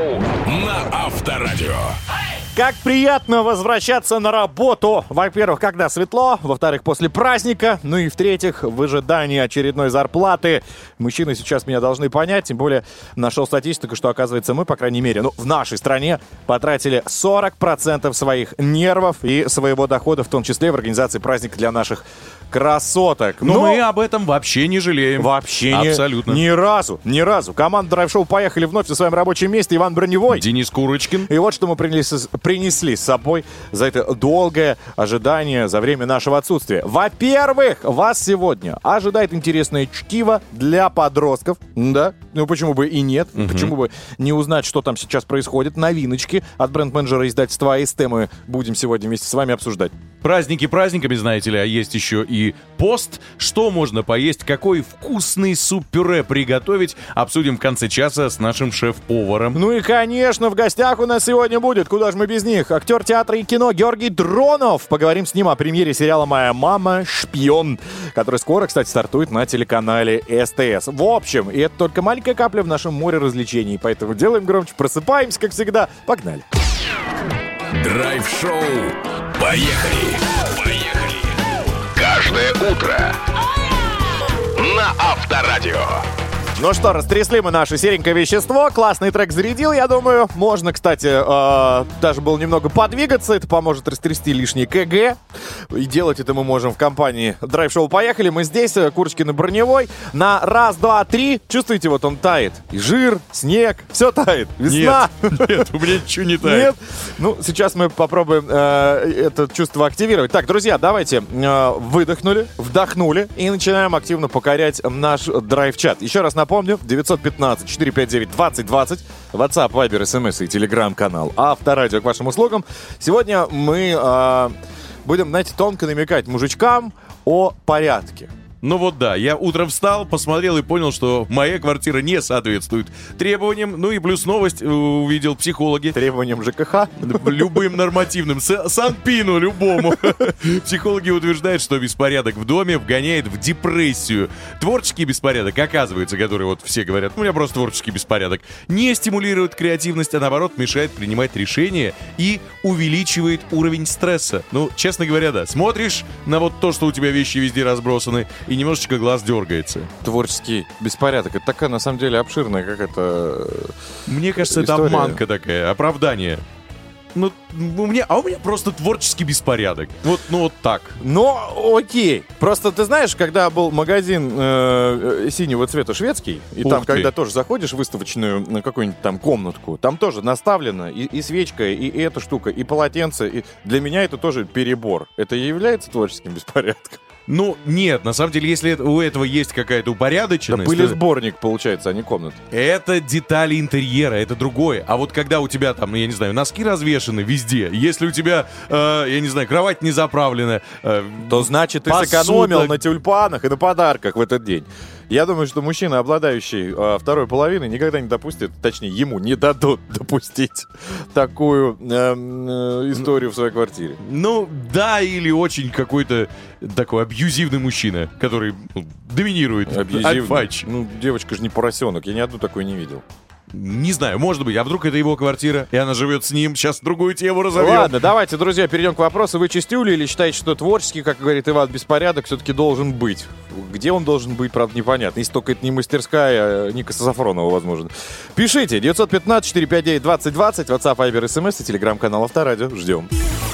Драйв-шоу на Авторадио. Как приятно возвращаться на работу. Во-первых, когда светло. Во-вторых, после праздника. Ну и в-третьих, в ожидании очередной зарплаты. Мужчины сейчас меня должны понять. Тем более, нашел статистику, что, оказывается, мы, по крайней мере, в нашей стране потратили 40% своих нервов и своего дохода, в том числе в организации праздника для наших красоток. Но мы об этом вообще не жалеем. Вообще абсолютно. Ни разу. Команда Драйв-шоу «Поехали» вновь на своем рабочем месте. Иван Броневой. Денис Курочкин. И вот что мы принесли с собой за это долгое ожидание за время нашего отсутствия. Во-первых, вас сегодня ожидает интересное чтиво для подростков. Да, почему бы и нет. Почему бы не узнать, что там сейчас происходит. Новиночки от бренд-менеджера издательства АСТ мы будем сегодня вместе с вами обсуждать. Праздники праздниками, знаете ли, а есть еще и пост. Что можно поесть, какой вкусный суп-пюре приготовить, обсудим в конце часа с нашим шеф-поваром. Ну и, конечно, в гостях у нас сегодня будет, куда же мы без них, актер театра и кино Георгий Дронов. Поговорим с ним о премьере сериала «Моя мама шпион», который скоро, кстати, стартует на телеканале СТС. В общем, и это только маленькая капля в нашем море развлечений, поэтому делаем громче, просыпаемся, как всегда. Погнали! Драйв-шоу. Поехали! Каждое утро на Авторадио. Ну что, растрясли мы наше серенькое вещество. Классный трек зарядил, я думаю. Можно, кстати, даже было немного подвигаться. Это поможет растрясти лишний КГ. И делать это мы можем в компании Драйв-шоу «Поехали». Мы здесь, Курочкин и Броневой. На раз, два, три. Чувствуете, вот он тает. И жир, снег, все тает. Весна. Нет, у меня ничего не тает. Нет? Ну, сейчас мы попробуем это чувство активировать. Так, друзья, давайте выдохнули, вдохнули и начинаем активно покорять наш драйв-чат. Еще раз напомню, 915-459-2020, WhatsApp, Viber, SMS и Telegram-канал Авторадио к вашим услугам. Сегодня мы будем, знаете, тонко намекать мужичкам о порядке. Ну вот да, я утром встал, посмотрел и понял, что моя квартира не соответствует требованиям. Ну и плюс новость увидел психологи. Требованиям ЖКХ? Любым нормативным, Санпину любому. Психологи утверждают, что беспорядок в доме вгоняет в депрессию. Творческий беспорядок, оказывается, который вот все говорят, у меня просто творческий беспорядок, не стимулирует креативность, а наоборот мешает принимать решения и увеличивает уровень стресса. Ну, честно говоря, да. Смотришь на вот то, что у тебя вещи везде разбросаны, и немножечко глаз дергается. Творческий беспорядок. Это такая, на самом деле, обширная какая-то Мне кажется, история. Это обманка такая, оправдание. Ну, у меня просто творческий беспорядок. Вот так. Но окей. Просто ты знаешь, когда был магазин синего цвета шведский, и там, когда тоже заходишь в выставочную какую-нибудь там комнатку, там тоже наставлено и свечка, и эта штука, и полотенце. И для меня это тоже перебор. Это и является творческим беспорядком? Ну, нет, на самом деле, если у этого есть какая-то упорядоченность... Да пылесборник, получается, а не комната. Это детали интерьера, это другое. А вот когда у тебя там, я не знаю, носки развешаны везде, если у тебя, я не знаю, кровать не заправлена... то значит, ты сэкономил на тюльпанах и на подарках в этот день. Я думаю, что мужчина, обладающий второй половиной, никогда не допустит, точнее, ему не дадут допустить такую историю в своей квартире. Ну, да, или очень какой-то такой абьюзивный мужчина, который доминирует. Абьюзивный? Ну, девочка же не поросенок, я ни одну такую не видел. Не знаю, может быть. А вдруг это его квартира, и она живет с ним? Сейчас другую тему разовьем. Ладно, давайте, друзья, перейдем к вопросу. Вы чистюли или считаете, что творческий, как говорит Иван, беспорядок все-таки должен быть? Где он должен быть, правда, непонятно. Если только это не мастерская Ника Сафронова, возможно. Пишите. 915-459-2020, WhatsApp, Viber, SMS и Telegram-канал Авторадио. Ждем.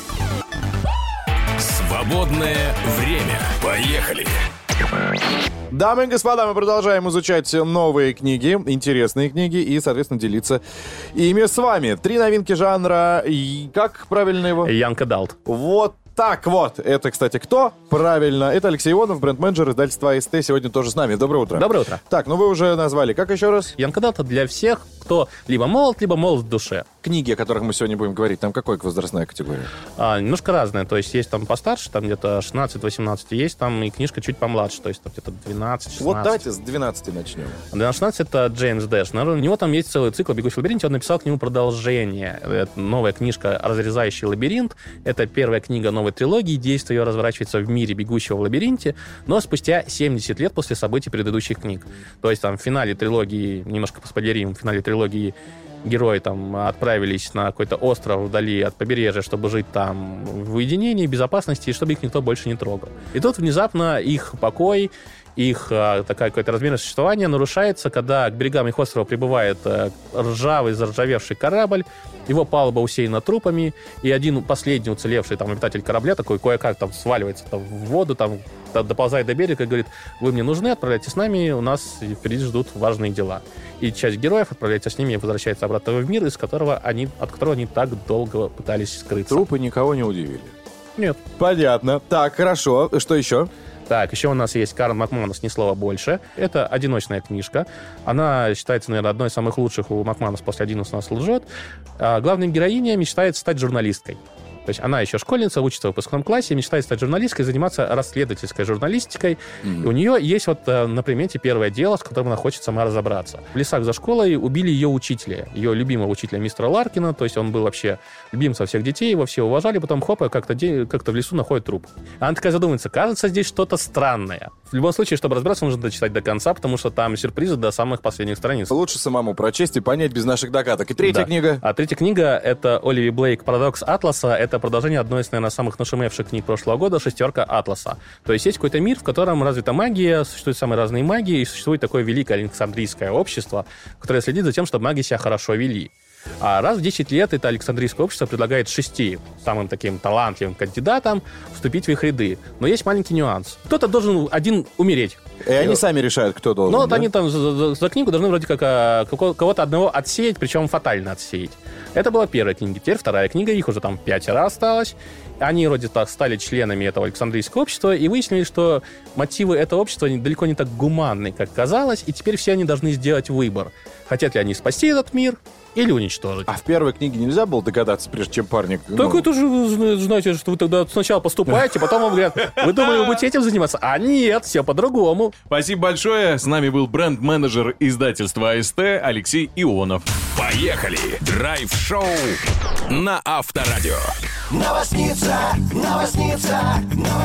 Свободное время. Поехали. Дамы и господа, мы продолжаем изучать новые книги, интересные книги и, соответственно, делиться ими с вами. 3 новинки жанра... Как правильно его? Young Adult. Вот так вот. Это, кстати, кто? Правильно. Это Алексей Ионов, бренд-менеджер издательства АСТ. Сегодня тоже с нами. Доброе утро. Доброе утро. Так, ну вы уже назвали. Как еще раз? Young Adult для всех, кто либо молод в душе. Книги, о которых мы сегодня будем говорить, там какая возрастная категория? Немножко разная. То есть есть там постарше, там где-то 16-18, есть там и книжка чуть помладше, то есть там где-то 12-16. Вот давайте с 12 начнем. 12-16 это Джеймс Дэш. У него там есть целый цикл «Бегущий в лабиринте», он написал к нему продолжение. Это новая книжка «Разрезающий лабиринт». Это первая книга новой трилогии. Действие ее разворачивается в мире «Бегущего в лабиринте», но спустя 70 лет после событий предыдущих книг. То есть там в финале трилогии, немножко поспойлерим, в финале трилогии герои там отправились на какой-то остров вдали от побережья, чтобы жить там в уединении, безопасности, и чтобы их никто больше не трогал. И тут внезапно их покой, их такая какое-то размерное существование нарушается, когда к берегам их острова прибывает ржавый, заржавевший корабль, его палуба усеяна трупами, и один последний уцелевший там обитатель корабля такой кое-как там сваливается там, в воду, там доползает до берега и говорит: вы мне нужны, отправляйтесь с нами, у нас впереди ждут важные дела. И часть героев отправляется с ними и возвращается обратно в мир, от которого они так долго пытались скрыться. Трупы никого не удивили. Нет. Понятно. Так, хорошо. Что еще? Так, еще у нас есть Карл Макманус «Ни слова больше». Это одиночная книжка. Она считается, наверное, одной из самых лучших у Макманус после «11 нас лжет». Главная героиня мечтает стать журналисткой. То есть она еще школьница, учится в выпускном классе, мечтает стать журналисткой, заниматься расследовательской журналистикой. И у нее есть вот на примете первое дело, с которым она хочет сама разобраться. В лесах за школой убили ее учителя, ее любимого учителя мистера Ларкина. То есть он был вообще любимцем всех детей, его все уважали. Потом, хопа, как-то в лесу находит труп. Она такая задумывается, кажется, здесь что-то странное. В любом случае, чтобы разбираться, нужно дочитать до конца, потому что там сюрпризы до самых последних страниц. Лучше самому прочесть и понять без наших догадок. И третья книга? А третья книга — это Оливии Блейк «Парадокс Атласа». Это продолжение одной из, наверное, самых нашумевших книг прошлого года «Шестерка Атласа». То есть есть какой-то мир, в котором развита магия, существуют самые разные магии, и существует такое великое Александрийское общество, которое следит за тем, чтобы маги себя хорошо вели. А раз в 10 лет это Александрийское общество предлагает 6 самым таким талантливым кандидатам вступить в их ряды. Но есть маленький нюанс. Кто-то должен один умереть. И они сами решают, кто должен. Ну, вот они там за книгу должны вроде как кого-то одного отсеять, причем фатально отсеять. Это была первая книга. Теперь вторая книга, их уже там 5 осталось. Они вроде так стали членами этого Александрийского общества и выяснили, что мотивы этого общества далеко не так гуманны, как казалось, и теперь все они должны сделать выбор. Хотят ли они спасти этот мир или уничтожить. А в первой книге нельзя было догадаться, прежде чем парник... Так это же, знаете, что вы тогда сначала поступаете, потом вам говорят: вы думали, вы будете этим заниматься? А нет, все по-другому. Спасибо большое. С нами был бренд-менеджер издательства АСТ Алексей Ионов. Поехали! Драйв-шоу на Авторадио. Новосница.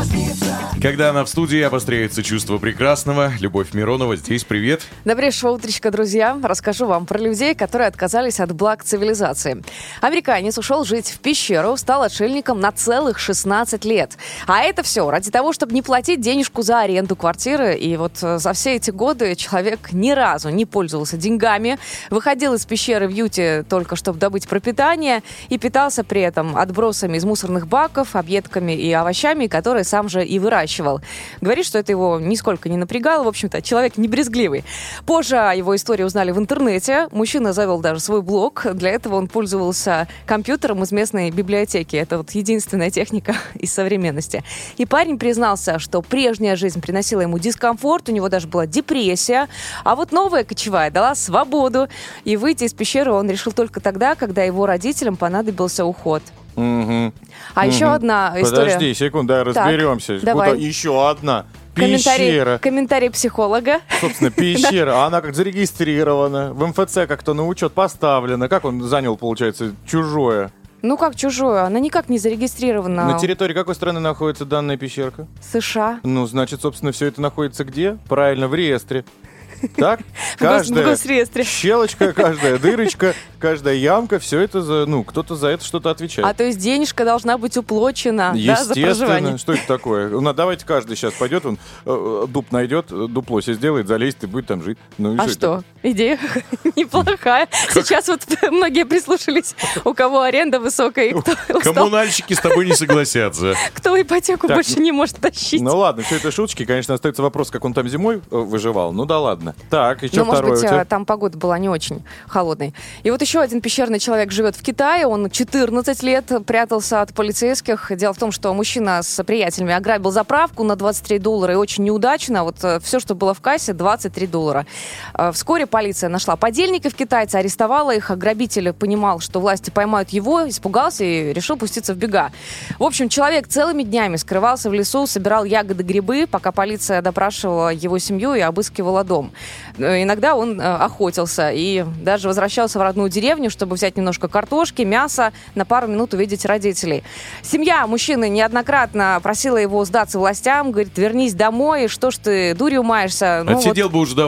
Когда она в студии, обостряется чувство прекрасного. Любовь Миронова здесь. Привет. Добрейшего утречка, друзья. Расскажу вам про людей, которые отказались от благ цивилизации. Американец ушел жить в пещеру, стал отшельником на целых 16 лет. А это все ради того, чтобы не платить денежку за аренду квартиры. И вот за все эти годы человек ни разу не пользовался деньгами, выходил из пещеры в Юте только чтобы добыть пропитание и питался при этом отбросами из мусорных баков, объедками и овощами, которые сам же и выращивал. Говорит, что это его нисколько не напрягало. В общем-то, человек не брезгливый. Позже о его истории узнали в интернете. Мужчина завел даже свой блог. Для этого он пользовался компьютером из местной библиотеки. Это вот единственная техника из современности. И парень признался, что прежняя жизнь приносила ему дискомфорт, у него даже была депрессия. А вот новая кочевая дала свободу. И выйти из пещеры он решил только тогда, когда его родителям понадобился уход. Угу. А еще одна история. Подожди секунду, да, разберемся. Давай. Еще одна. Пещера. Комментарий психолога. Собственно, пещера. А она как зарегистрирована. В МФЦ как-то на учет поставлена. Как он занял, получается, чужое? Ну как чужое? Она никак не зарегистрирована. На территории какой страны находится данная пещерка? США. Ну, значит, собственно, все это находится где? Правильно, в реестре. Так? В Каждая госреестре. щелочка, каждая дырочка, каждая ямка, все это кто-то за это что-то отвечает. А то есть денежка должна быть уплочена, да, за проживание. Естественно. Что это такое? Давайте каждый сейчас пойдет, он дуб найдет, дупло себе сделает, залезет и будет там жить. Ну, и а что? Идея неплохая. Сейчас вот многие прислушались, у кого аренда высокая, и кто устал. Коммунальщики с тобой не согласятся. Кто ипотеку больше не может тащить. Ну ладно, все это шутки. Конечно, остается вопрос, как он там зимой выживал. Ну да ладно. Так, еще ну, второе. Может быть, там погода была не очень холодной. И вот еще один пещерный человек живет в Китае. Он 14 лет прятался от полицейских. Дело в том, что мужчина с приятелями ограбил заправку на $23 и очень неудачно. Вот все, что было в кассе, $23. Вскоре полиция нашла подельников китайца, арестовала их. Грабитель понимал, что власти поймают его, испугался и решил пуститься в бега. В общем, человек целыми днями скрывался в лесу, собирал ягоды, грибы, пока полиция допрашивала его семью и обыскивала дом. Иногда он охотился и даже возвращался в родную деревню, чтобы взять немножко картошки, мяса, на пару минут увидеть родителей. Семья мужчины неоднократно просила его сдаться властям, говорит: вернись домой, что ж ты дурью маешься. Отсидел бы уже давно.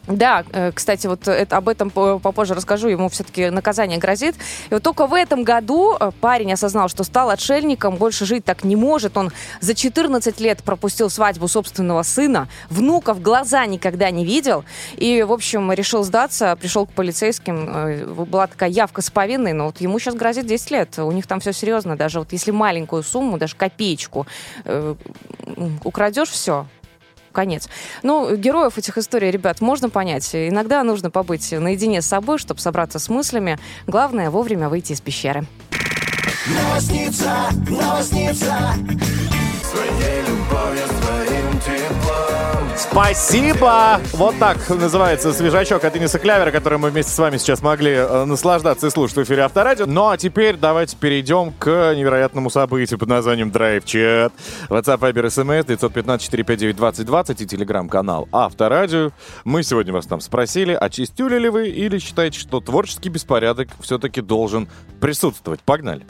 Да, кстати, вот об этом попозже расскажу, ему все-таки наказание грозит. И вот только в этом году парень осознал, что стал отшельником, больше жить так не может. Он за 14 лет пропустил свадьбу собственного сына, внука в глаза никогда не видел. И, в общем, решил сдаться, пришел к полицейским. Была такая явка с повинной, но вот ему сейчас грозит 10 лет. У них там все серьезно. Даже вот если маленькую сумму, даже копеечку украдешь, все. Конец. Ну, героев этих историй, ребят, можно понять. Иногда нужно побыть наедине с собой, чтобы собраться с мыслями. Главное, вовремя выйти из пещеры. Новосница, новосница. Своей любовью, своим теплом. Спасибо! Вот так называется свежачок от Дениса Клявера, который мы вместе с вами сейчас могли наслаждаться и слушать в эфире Авторадио. Ну а теперь давайте перейдем к невероятному событию под названием Драйв-чат. WhatsApp, Viber, SMS 915-459-2020 и телеграм-канал Авторадио. Мы сегодня вас там спросили, очистили ли вы или считаете, что творческий беспорядок все-таки должен присутствовать. Погнали!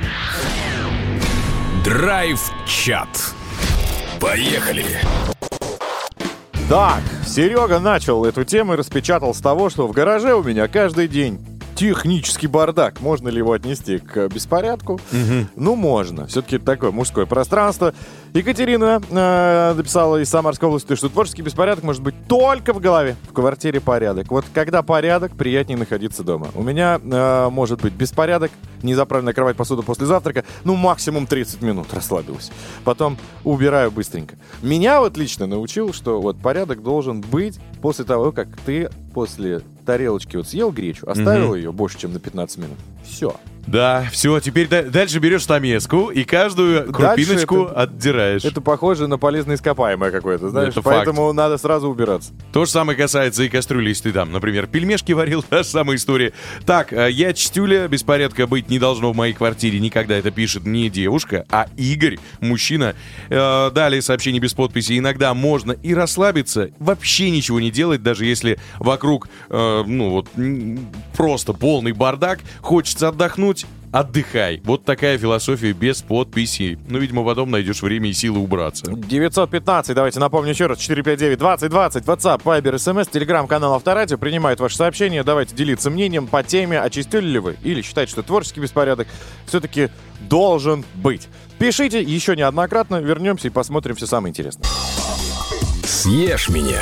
Драйв-чат. Поехали! Так, Серега начал эту тему и распечатал с того, что в гараже у меня каждый день технический бардак. Можно ли его отнести к беспорядку? Ну, можно. Все-таки это такое мужское пространство. Екатерина написала из Самарской области, что творческий беспорядок может быть только в голове. В квартире порядок. Вот когда порядок, приятнее находиться дома. У меня может быть беспорядок, незаправленная кровать, посуда после завтрака, ну, максимум 30 минут расслабилась. Потом убираю быстренько. Меня вот лично научил, что вот порядок должен быть после того, как ты после тарелочки вот съел гречу, оставил ее больше, чем на 15 минут. Все. Да, все, теперь дальше берешь стамеску и каждую крупиночку отдираешь. Это похоже на полезное ископаемое какое-то, знаешь, это поэтому надо сразу убираться. То же самое касается и кастрюли, если ты там, например, пельмешки варил, та же самая история. Так, я чистюля, беспорядка быть не должно в моей квартире никогда, это пишет не девушка, а Игорь, мужчина. Далее сообщение без подписи. Иногда можно и расслабиться, вообще ничего не делать, даже если вокруг, просто полный бардак, хочется отдохнуть. Отдыхай. Вот такая философия без подписи. Ну, видимо, потом найдешь время и силы убраться. 915, давайте напомню еще раз, 459-2020, WhatsApp, Viber, SMS, телеграм-канал Авторадио принимает ваши сообщения. Давайте делиться мнением по теме, очистили ли вы или считаете, что творческий беспорядок все-таки должен быть. Пишите еще неоднократно, вернемся и посмотрим все самое интересное. Съешь меня.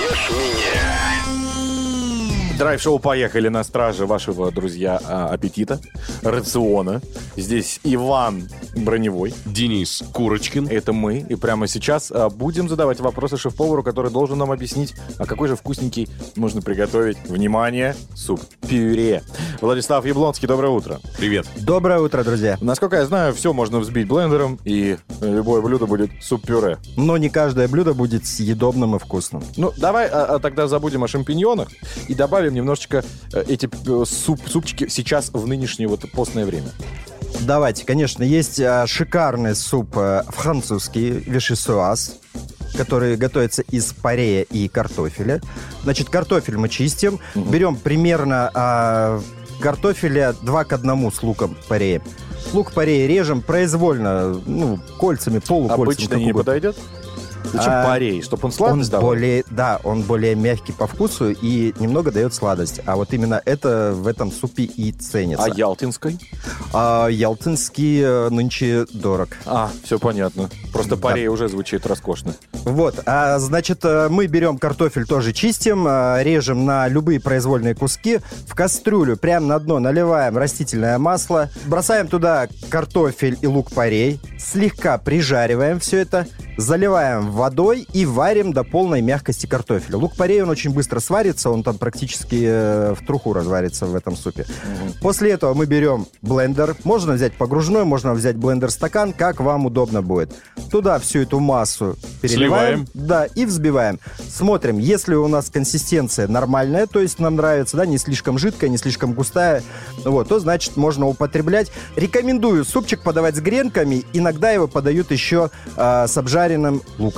Драйв-шоу «Поехали» на страже вашего, друзья, аппетита, рациона. Здесь Иван Броневой. Денис Курочкин. Это мы. И прямо сейчас будем задавать вопросы шеф-повару, который должен нам объяснить, а какой же вкусненький можно приготовить. Внимание, суп-пюре. Владислав Яблонский, доброе утро. Привет. Доброе утро, друзья. Насколько я знаю, все можно взбить блендером, и любое блюдо будет суп-пюре. Но не каждое блюдо будет съедобным и вкусным. Ну, давай тогда забудем о шампиньонах и добавим немножечко эти супчики сейчас в нынешнее вот постное время. Давайте, конечно, есть шикарный суп французский, вишесуаз, который готовится из парея и картофеля. Значит, картофель мы чистим, берем примерно картофеля 2 к 1 с луком парея. Лук парея режем произвольно, кольцами, полукольцами. Обычно не подойдет? Зачем парей? Чтобы он сладость давал? Он более мягкий по вкусу и немного дает сладость. А вот именно это в этом супе и ценится. А ялтинской? Ялтинский нынче дорог. Все понятно. Просто парей уже звучит роскошно. Вот, значит, мы берем картофель, тоже чистим, режем на любые произвольные куски. В кастрюлю прямо на дно наливаем растительное масло, бросаем туда картофель и лук-порей, слегка прижариваем все это, заливаем водой и варим до полной мягкости картофеля. Лук-порей, он очень быстро сварится, он там практически в труху разварится в этом супе. После этого мы берем блендер, можно взять погружной, можно взять блендер-стакан, как вам удобно будет. Туда всю эту массу переливаем, да, и взбиваем. Смотрим, если у нас консистенция нормальная, то есть нам нравится, да, не слишком жидкая, не слишком густая, вот, то значит можно употреблять. Рекомендую супчик подавать с гренками, иногда его подают еще с обжаренным луком,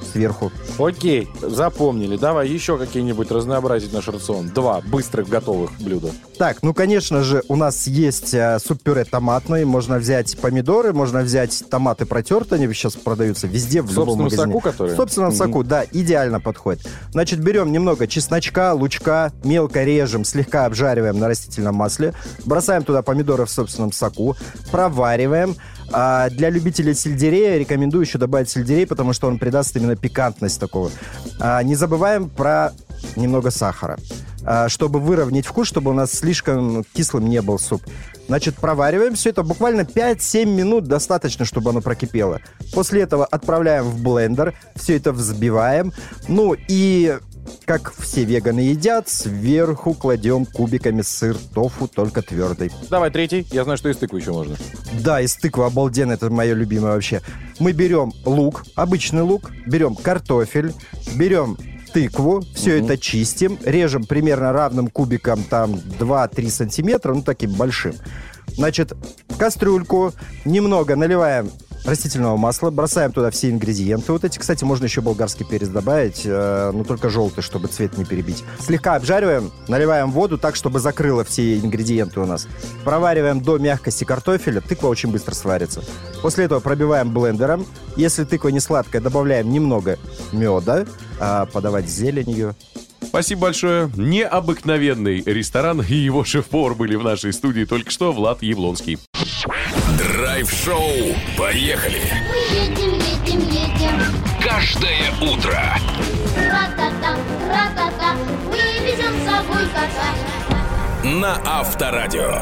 сверху. Окей, запомнили. Давай еще какие-нибудь разнообразить наш рацион. 2 быстрых готовых блюда. Так, ну, конечно же, у нас есть суп-пюре томатный. Можно взять помидоры, можно взять томаты протертые. Они сейчас продаются везде, в любом магазине. В собственном соку, которые? В собственном соку, да, идеально подходит. Значит, берем немного чесночка, лучка, мелко режем, слегка обжариваем на растительном масле. Бросаем туда помидоры в собственном соку, провариваем. А для любителей сельдерея рекомендую еще добавить сельдерей, потому что он придаст именно пикантность такого. Не забываем про немного сахара, чтобы выровнять вкус, чтобы у нас слишком кислым не был суп. Значит, провариваем все это буквально 5-7 минут, достаточно, чтобы оно прокипело. После этого отправляем в блендер, все это взбиваем. Ну и, как все веганы едят, сверху кладем кубиками сыр тофу, только твердый. Давай 3. Я знаю, что из тыквы еще можно. Да, из тыквы обалденно, это мое любимое вообще. Мы берем лук, обычный лук, берем картофель, берем тыкву, все это чистим, режем примерно равным кубиком, там 2-3 сантиметра, ну таким большим. Значит, в кастрюльку немного наливаем растительного масла, бросаем туда все ингредиенты. Вот эти, кстати, можно еще болгарский перец добавить, но только желтый, чтобы цвет не перебить. Слегка обжариваем, наливаем воду так, чтобы закрыло все ингредиенты у нас. Провариваем до мягкости картофеля. Тыква очень быстро сварится. После этого пробиваем блендером. Если тыква не сладкая, добавляем немного меда, подавать зеленью. Спасибо большое. Необыкновенный ресторан и его шеф-повар были в нашей студии только что, Влад Яблонский. Драйв-шоу. Поехали. Мы едем. Каждое утро. Ра-та-та, ра-та-та, мы везем с собой кота. На Авторадио.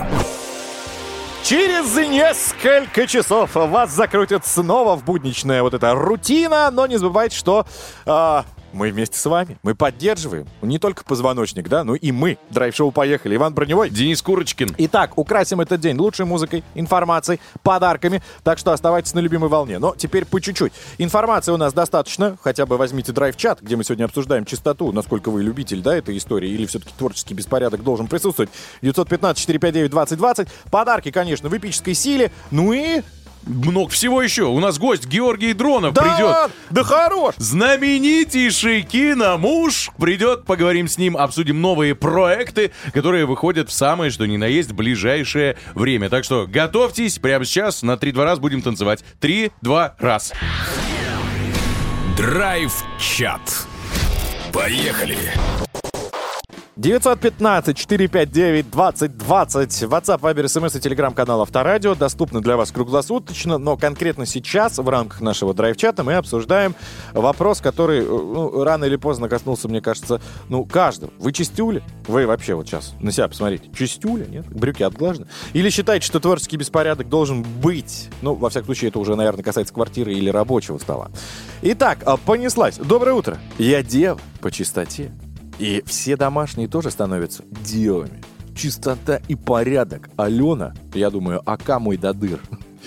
Через несколько часов вас закрутит снова в будничная вот эта рутина, но не забывайте, что мы вместе с вами, мы поддерживаем не только позвоночник, да, но и мы. Драйв-шоу «Поехали». Иван Броневой. Денис Курочкин. Итак, украсим этот день лучшей музыкой, информацией, подарками, так что оставайтесь на любимой волне. Но теперь по чуть-чуть. Информации у нас достаточно, хотя бы возьмите драйв-чат, где мы сегодня обсуждаем чистоту, насколько вы любитель, да, этой истории, или все-таки творческий беспорядок должен присутствовать. 915-459-2020. Подарки, конечно, в эпической силе. Ну и... Много всего еще. У нас гость Георгий Дронов придет. Да хорош! Знаменитейший киномуж придет, поговорим с ним, обсудим новые проекты, которые выходят в самое, что ни на есть, ближайшее время. Так что готовьтесь, прямо сейчас на 3-2 раз будем танцевать. 3-2 раз. Драйв-чат. Поехали. 915-459-2020. WhatsApp, Viber, SMS и телеграм-канал Авторадио доступны для вас круглосуточно, но конкретно сейчас в рамках нашего драйв-чата мы обсуждаем вопрос, который рано или поздно коснулся, мне кажется, каждого. Вы чистюли? Вы вообще вот сейчас на себя посмотрите. Чистюля, нет? Брюки отглажены? Или считаете, что творческий беспорядок должен быть? Во всяком случае, это уже, наверное, касается квартиры или рабочего стола. Итак, понеслась. Доброе утро. Я дева по чистоте. И все домашние тоже становятся девами. Чистота и порядок. Алена, я думаю, ака мой до дыр.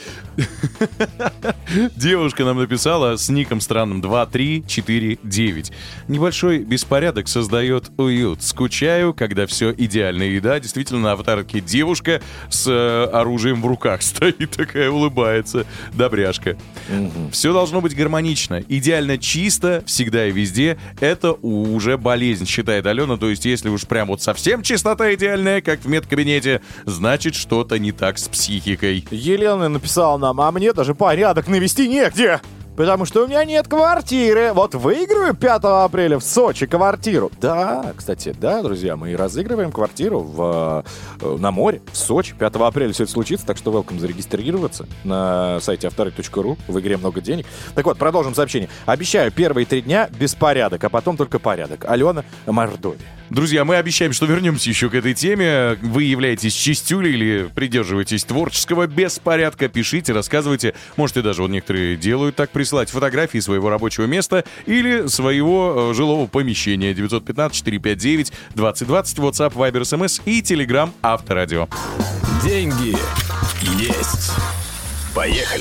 Девушка нам написала с ником странным 2349. Небольшой беспорядок создает уют. Скучаю, когда все идеально. И да, действительно, на аватарке девушка с оружием в руках стоит, такая улыбается. Добряшка. Все должно быть гармонично. Идеально чисто, всегда и везде. Это уже болезнь, считает Алена. То есть, если уж прям вот совсем чистота идеальная, как в медкабинете, значит, что-то не так с психикой. Елена написала нам, а мне даже порядок навести негде, потому что у меня нет квартиры. Вот выиграю 5 апреля в Сочи квартиру. Да, кстати, да, друзья, мы разыгрываем квартиру на море в Сочи. 5 апреля все это случится, так что welcome зарегистрироваться на сайте авторы.ру. В игре много денег. Так вот, продолжим сообщение. Обещаю, первые 3 дня беспорядок, а потом только порядок. Алена, Мордовия. Друзья, мы обещаем, что вернемся еще к этой теме. Вы являетесь чистюлей или придерживаетесь творческого беспорядка? Пишите, рассказывайте. Можете даже, вот некоторые делают так, присылать фотографии своего рабочего места или своего жилого помещения. 915-459-2020, WhatsApp, Viber, SMS и Telegram Авторадио. Деньги есть. Поехали.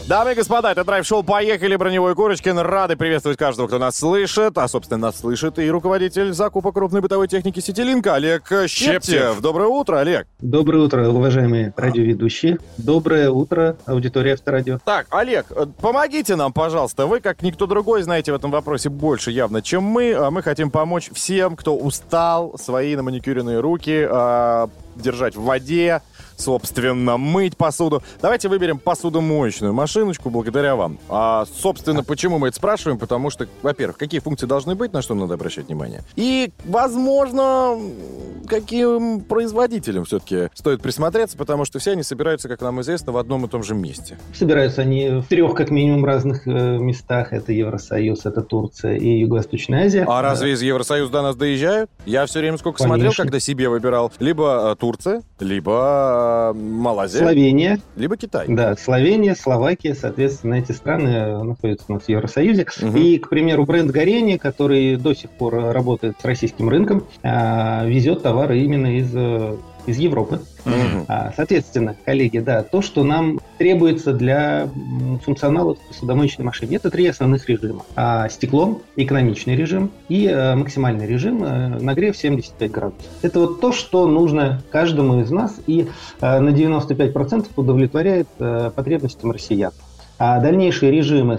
Дамы и господа, это драйв-шоу «Поехали!» Броневой Курочкин. Рады приветствовать каждого, кто нас слышит. А, собственно, нас слышит и руководитель закупок крупной бытовой техники «Ситилинка» Олег Щептев. Доброе утро, Олег. Доброе утро, уважаемые радиоведущие. Доброе утро, аудитория Авторадио. Так, Олег, помогите нам, пожалуйста. Вы, как никто другой, знаете в этом вопросе больше явно, чем мы. А мы хотим помочь всем, кто устал свои наманикюренные руки держать в воде, собственно, мыть посуду. Давайте выберем посудомоечную машиночку благодаря вам. Собственно, почему мы это спрашиваем? Потому что, во-первых, какие функции должны быть, на что надо обращать внимание. И, возможно, каким производителям все-таки стоит присмотреться, потому что все они собираются, как нам известно, в одном и том же месте. Собираются они в 3, как минимум, разных местах. Это Евросоюз, это Турция и Юго-Восточная Азия. А разве из Евросоюза до нас доезжают? Я все время сколько смотрел, когда себе выбирал. Либо Турция, либо Малайзия. Словения. Либо Китай. Да, Словения, Словакия, соответственно, эти страны находятся у нас в Евросоюзе. И, к примеру, бренд Горение, который до сих пор работает с российским рынком, везет товары именно из Европы. Соответственно, коллеги, да, то, что нам требуется для функционала посудомоечной машины, это 3 основных режима. Стекло, экономичный режим и максимальный режим, нагрев 75 градусов. Это вот то, что нужно каждому из нас и на 95% удовлетворяет потребностям россиян. А дальнейшие режимы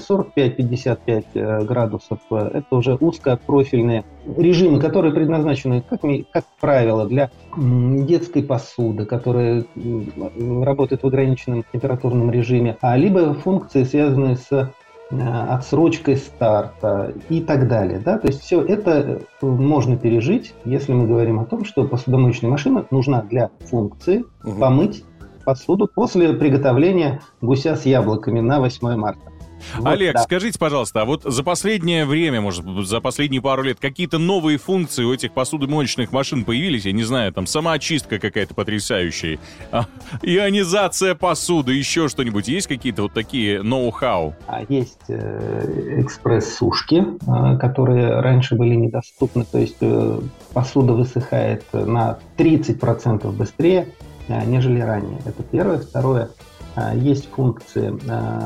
45-55 градусов – это уже узкопрофильные режимы, которые предназначены, как правило, для детской посуды, которая работает в ограниченном температурном режиме, либо функции, связанные с отсрочкой старта и так далее. Да? То есть все это можно пережить, если мы говорим о том, что посудомоечная машина нужна для функции помыть посуду после приготовления гуся с яблоками на 8 марта. Вот, Олег, да. скажите, пожалуйста, а вот за последнее время, может, за последние пару лет, какие-то новые функции у этих посудомоечных машин появились? Я не знаю, там самоочистка какая-то потрясающая, ионизация посуды, еще что-нибудь? Есть какие-то вот такие ноу-хау? Есть экспресс-сушки, которые раньше были недоступны, то есть посуда высыхает на 30% быстрее, нежели ранее. Это первое. Второе, есть функции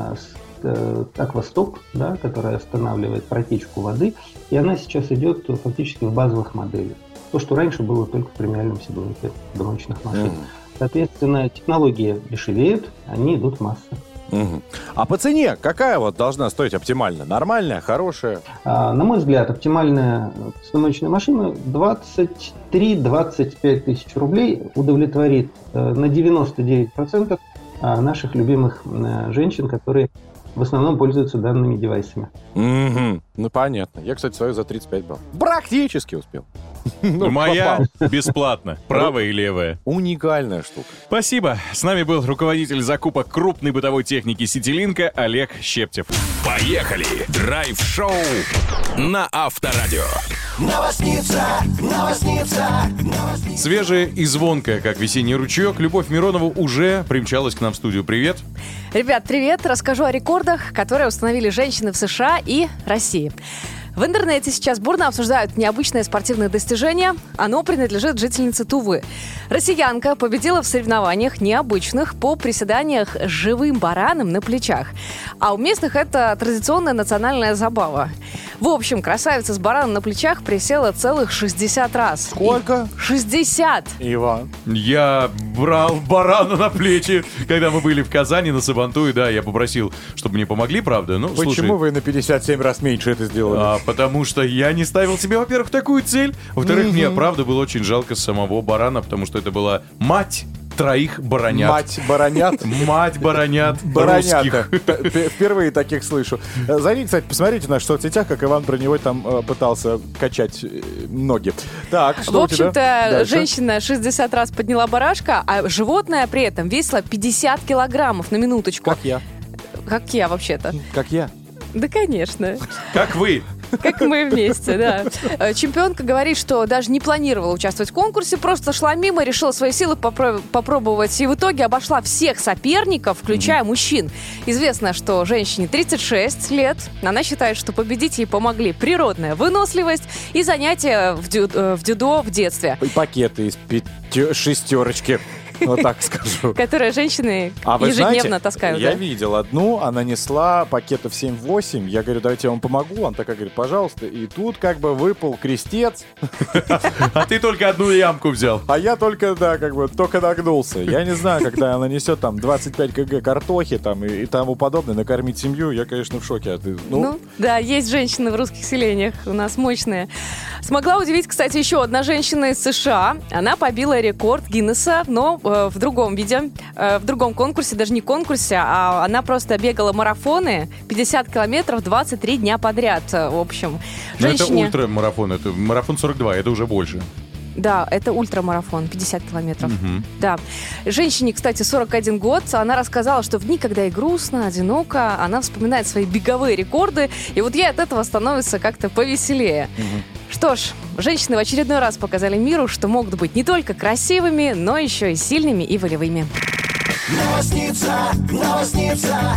аквастоп, да, которая останавливает протечку воды, и она сейчас идет фактически в базовых моделях. То, что раньше было только в премиальном сегменте посудомоечных машин. Соответственно, технологии дешевеют, они идут в массы. А по цене какая вот должна стоить оптимально? Нормальная, хорошая? На мой взгляд, оптимальная посудомоечная машина 23-25 тысяч рублей удовлетворит на 99% наших любимых женщин, которые в основном пользуются данными девайсами. Ну, понятно. Я, кстати, свою за 35 брал. Практически успел. Моя бесплатно. Правая и левая. Уникальная штука. Спасибо. С нами был руководитель закупок крупной бытовой техники «Ситилинка» Олег Щептев. Поехали! Драйв-шоу на Авторадио. Новосница. Свежая и звонкая, как весенний ручеек, Любовь Миронова уже примчалась к нам в студию. Привет. Ребят, привет! Расскажу о рекордах, которые установили женщины в США и России. В интернете сейчас бурно обсуждают необычное спортивное достижение. Оно принадлежит жительнице Тувы. Россиянка победила в соревнованиях необычных по приседаниях с живым бараном на плечах. А у местных это традиционная национальная забава. В общем, красавица с бараном на плечах присела целых 60 раз. Сколько? 60! Иван. Я брал барана на плечи, когда мы были в Казани на Сабантуе. Да, я попросил, чтобы мне помогли, правда. Ну, Почему слушай, вы на 57 раз меньше это сделали? потому что я не ставил себе, во-первых, такую цель. Во-вторых, мне, правда, было очень жалко самого барана, потому что это была мать 3 баронят. Мать баронят. Мать баронят Баронята. русских. Впервые таких слышу. Зайдите, кстати, посмотрите в наших соцсетях, как Иван Броневой там пытался качать ноги. Так, что В у тебя общем-то, дальше? женщина 60 раз подняла барашка, а животное при этом весило 50 килограммов, на минуточку. Как я. Как я вообще-то. Как я. Да, конечно. Как вы. Как мы вместе, да. Чемпионка говорит, что даже не планировала участвовать в конкурсе, просто шла мимо, решила свои силы попробовать, и в итоге обошла всех соперников, включая мужчин. Известно, что женщине 36 лет. Она считает, что победить ей помогли природная выносливость и занятия в дзюдо в детстве. И пакеты из 6. Вот так скажу. Которые женщины А вы ежедневно знаете, таскают. я да? видел одну, она несла пакетов 7-8. Я говорю, давайте я вам помогу. Она такая говорит, пожалуйста. И тут как бы выпал крестец. А ты только одну ямку взял. А я только, да, как бы только нагнулся. Я не знаю, когда она несет там 25 кг картохи там и тому подобное, накормить семью, я, конечно, в шоке. А ты, Ну, да, есть женщины в русских селениях, у нас мощные. Смогла удивить, кстати, еще одна женщина из США. Она побила рекорд Гиннесса, но в другом виде, в другом конкурсе, даже не конкурсе, а она просто бегала марафоны 50 километров 23 дня подряд, в общем. Но это ультрамарафон, это марафон 42, это уже больше. Да, это ультрамарафон, 50 километров. Мгм. Да. Женщине, кстати, 41 год. Она рассказала, что в дни, когда ей грустно, одиноко, она вспоминает свои беговые рекорды, и вот ей от этого становится как-то повеселее. Что ж, женщины в очередной раз показали миру, что могут быть не только красивыми, но еще и сильными и волевыми. Новосница, новосница.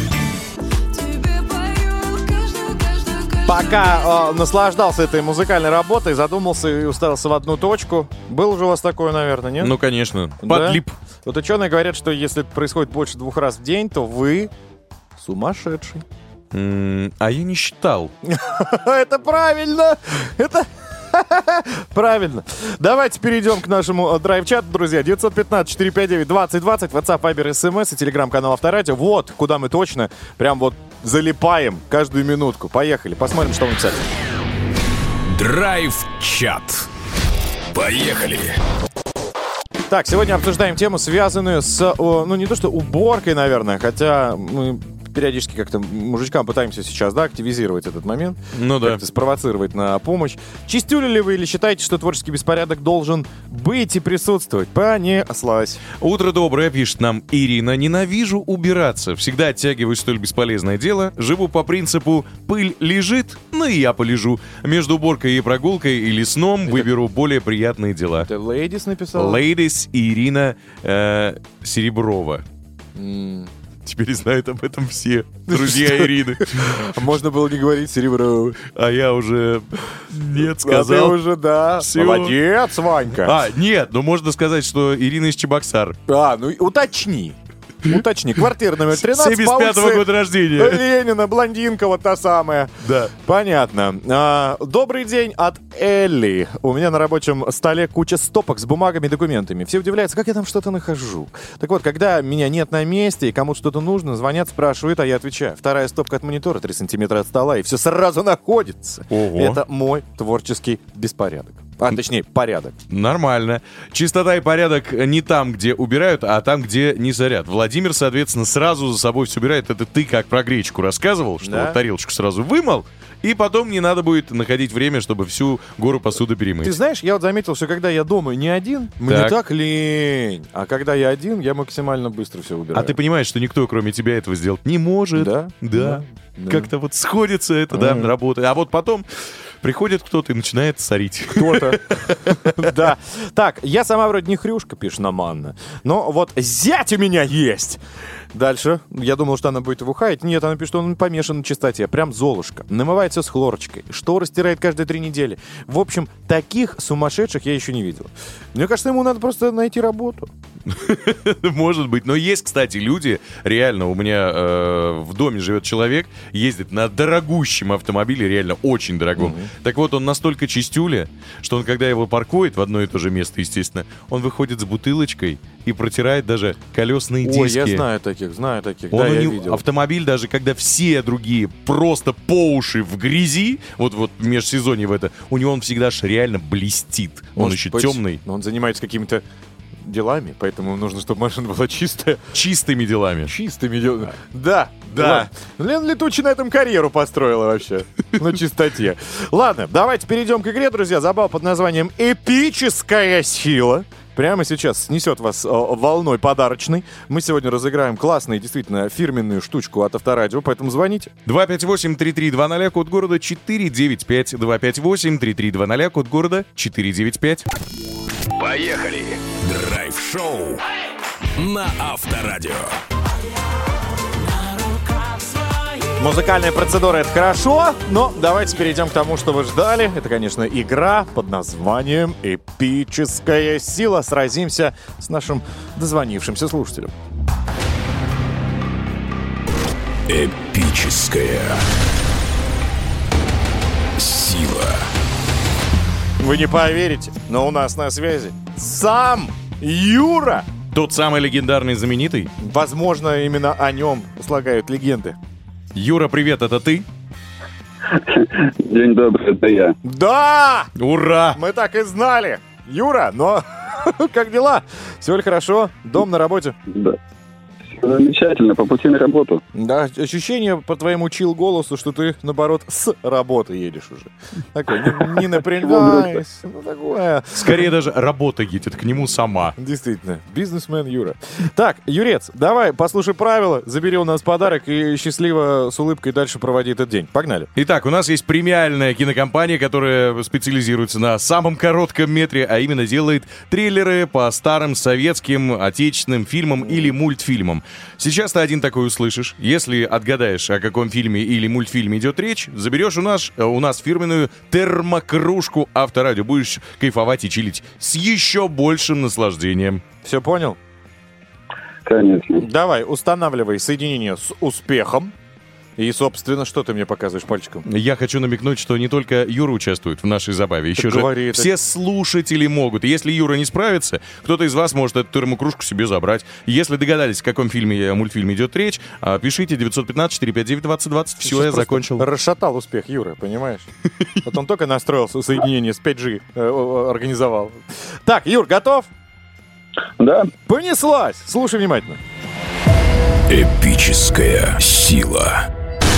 Пока наслаждался этой музыкальной работой, задумался и уставился в одну точку. Был уже у вас такое, наверное, нет? Ну, конечно. Да? Подлип. Вот ученые говорят, что если это происходит больше 2 раз в день, то вы сумасшедший. А я не считал. Это правильно! Это... Правильно. Давайте перейдем к нашему драйв-чату, друзья. 915-459-2020, WhatsApp, Viber, SMS и телеграм-канал Авторадио. Вот, куда мы точно прям вот залипаем каждую минутку. Поехали, посмотрим, что вы написали. Драйв-чат. Поехали. Так, сегодня обсуждаем тему, связанную с, ну, не то что уборкой, наверное, хотя мы периодически как-то мужичкам пытаемся сейчас, да, активизировать этот момент. Ну да. Как-то спровоцировать на помощь. Чистюли ли вы или считаете, что творческий беспорядок должен быть и присутствовать? Понеслась. Утро доброе, пишет нам Ирина. Ненавижу убираться. Всегда оттягиваю столь бесполезное дело. Живу по принципу «пыль лежит, ну и я полежу». Между уборкой и прогулкой или сном выберу более приятные дела. Это Ladies написала? Ladies Ирина Сереброва. Теперь знают об этом все друзья Ирины. Можно было не говорить Серебро. А я уже нет А ты сказал. уже, да. Всё. Молодец, Ванька. А, нет, но можно сказать, что Ирина из Чебоксар. Ну уточни. Уточни. Квартира номер 13 по 75-го улице года рождения. Ленина, блондинка вот та самая. Да. Понятно. Добрый день от Элли. У меня на рабочем столе куча стопок с бумагами и документами. Все удивляются, как я там что-то нахожу. Так вот, когда меня нет на месте и кому-то что-то нужно, звонят, спрашивают, а я отвечаю. Вторая стопка от монитора, 3 сантиметра от стола, и все сразу находится. Ого. Это мой творческий беспорядок. А, точнее, порядок. Нормально. Чистота и порядок не там, где убирают, а там, где не зарят. Владимир, соответственно, сразу за собой все убирает. Это ты как про гречку рассказывал, что Да. вот тарелочку сразу вымыл, и потом не надо будет находить время, чтобы всю гору посуды перемыть. Ты знаешь, я вот заметил, что когда я дома не один, мне Так. так лень. А когда я один, я максимально быстро все убираю. А ты понимаешь, что никто, кроме тебя, этого сделать не может. Да? Да. Да. Как-то вот сходится это, да, работает. А вот потом приходит кто-то и начинает сорить. Кто-то. Да. Так, я сама вроде не хрюшка, пишет нам Анна. Но вот зять у меня есть. Дальше. Я думал, что она будет его хаять. Нет, она пишет, что он помешан на чистоте. Прям золушка. Намывает все с хлорочкой. Шторы стирает каждые 3 недели. В общем, таких сумасшедших я еще не видел. Мне кажется, ему надо просто найти работу. Может быть. Но есть, кстати, люди, реально, у меня в доме живет человек, ездит на дорогущем автомобиле, реально очень дорогом. Так вот, он настолько чистюля, что он, когда его паркует в одно и то же место, естественно, он выходит с бутылочкой и протирает даже колесные диски. Ой, я знаю таких, знаю таких. Он Да, у я него- видел. автомобиль, даже когда все другие просто по уши в грязи, вот в межсезонье в это, у него он всегда ж реально блестит. Он Может еще быть, темный, но он занимается какими-то делами, поэтому нужно, чтобы машина была чистая. чистыми делами. Чистыми делами. Да, Да. Вот. Лена Летучая на этом карьеру построила вообще. На чистоте. Ладно, давайте перейдем к игре, друзья. Забава под названием «Эпическая сила». Прямо сейчас снесет вас волной подарочной. Мы сегодня разыграем классную, действительно, фирменную штучку от Авторадио, поэтому звоните. 258-3320, код города 495. 258-3320, код города 495. Поехали. Драйв-шоу на Авторадио. Музыкальная процедура — это хорошо, но давайте перейдем к тому, что вы ждали. Это, конечно, игра под названием «Эпическая сила». Сразимся с нашим дозвонившимся слушателем. Эпическая сила. Вы не поверите, но у нас на связи сам Юра. Тот самый легендарный знаменитый? Возможно, именно о нем слагают легенды. Юра, привет, это ты? День добрый, это я. Да! Ура! Мы так и знали. Юра, но как дела? Все ли хорошо? Дом на работе? Да. Все замечательно, по пути на работу. Да, ощущение по твоему чил-голосу, что ты, наоборот, с работы едешь уже. Такой, не напрягаясь. Ну, такое. Скорее даже работа едет к нему сама. Действительно, бизнесмен Юра. Так, Юрец, давай, послушай правила, забери у нас подарок и счастливо с улыбкой дальше проводи этот день. Погнали. Итак, у нас есть премиальная кинокомпания, которая специализируется на самом коротком метре, а именно делает трейлеры по старым советским, отечественным фильмам или мультфильмам. Сейчас ты один такой услышишь. Если отгадаешь, о каком фильме или мультфильме идет речь, заберешь у нас фирменную термокружку Авторадио. Будешь кайфовать и чилить с еще большим наслаждением. Все понял? Конечно. Давай, устанавливай соединение с успехом. И, собственно, что ты мне показываешь пальчиком? Я хочу намекнуть, что не только Юра участвует в нашей забаве. Еще же говори, все слушатели могут. И если Юра не справится, кто-то из вас может эту термокружку себе забрать. Если догадались, о каком фильме, мультфильме идет речь, пишите 915-459-2020. Все, я закончил. Расшатал успех Юры, понимаешь? Вот он только настроился, соединение с 5G организовал. Так, Юр, готов? Да. Понеслась! Слушай внимательно. Эпическая сила.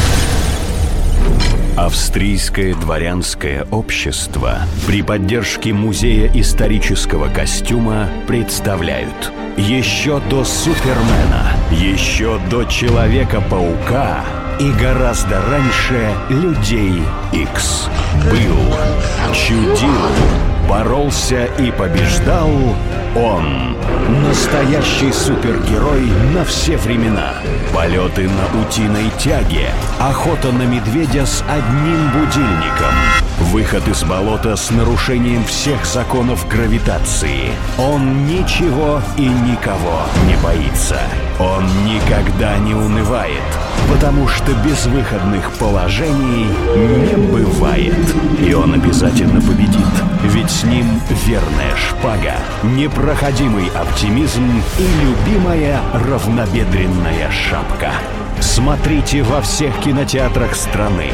Австрийское дворянское общество при поддержке Музея исторического костюма представляют: еще до Супермена, еще до Человека-паука и гораздо раньше Людей Икс. Был, чудил, боролся и побеждал он. Настоящий супергерой на все времена. Полеты на утиной тяге, охота на медведя с одним будильником, выход из болота с нарушением всех законов гравитации. Он ничего и никого не боится. Он никогда не унывает, потому что безвыходных положений не бывает. И он обязательно победит, ведь с ним верная шпага, непроходимый оптимизм и любимая равнобедренная шапка. Смотрите во всех кинотеатрах страны.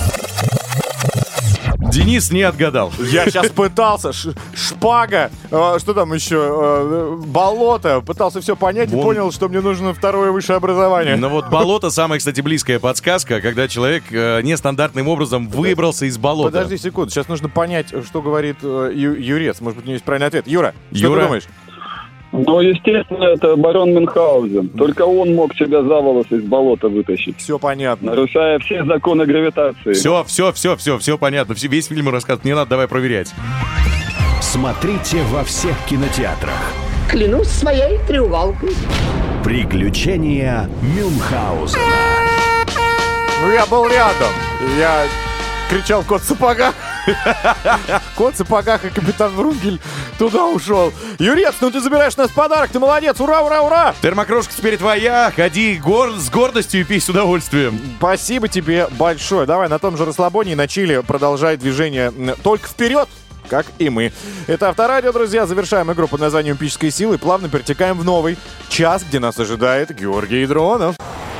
Денис не отгадал. Я сейчас пытался. Шпага, что там еще? Болото. Пытался все понять и понял, что мне нужно второе высшее образование. Но вот болото самая, кстати, близкая подсказка, когда человек нестандартным образом выбрался из болота. Подожди секунду, сейчас нужно понять, что говорит Юрец. Может быть, у него есть правильный ответ. Юра, что ты думаешь? Ну, естественно, это барон Мюнхгаузен. Только он мог себя за волосы из болота вытащить. Все понятно. Нарушая все законы гравитации. Все понятно. Весь фильм рассказывает. Не надо, давай проверять. Смотрите во всех кинотеатрах. Клянусь своей треуголкой. Приключения Мюнхгаузена. Ну, я был рядом. Я кричал «Кот в сапогах». Кот в сапогах и капитан Врунгель туда ушел. Юрец, ну ты забираешь нас подарок, ты молодец, ура, ура, ура! Термокружка теперь твоя, ходи с гордостью и пей с удовольствием. Спасибо тебе большое. Давай на том же расслабоне и на чиле продолжай движение только вперед, как и мы. Это Авторадио, друзья. Завершаем игру под названием «Эпическая сила» и плавно перетекаем в новый час, где нас ожидает Георгий Дронов.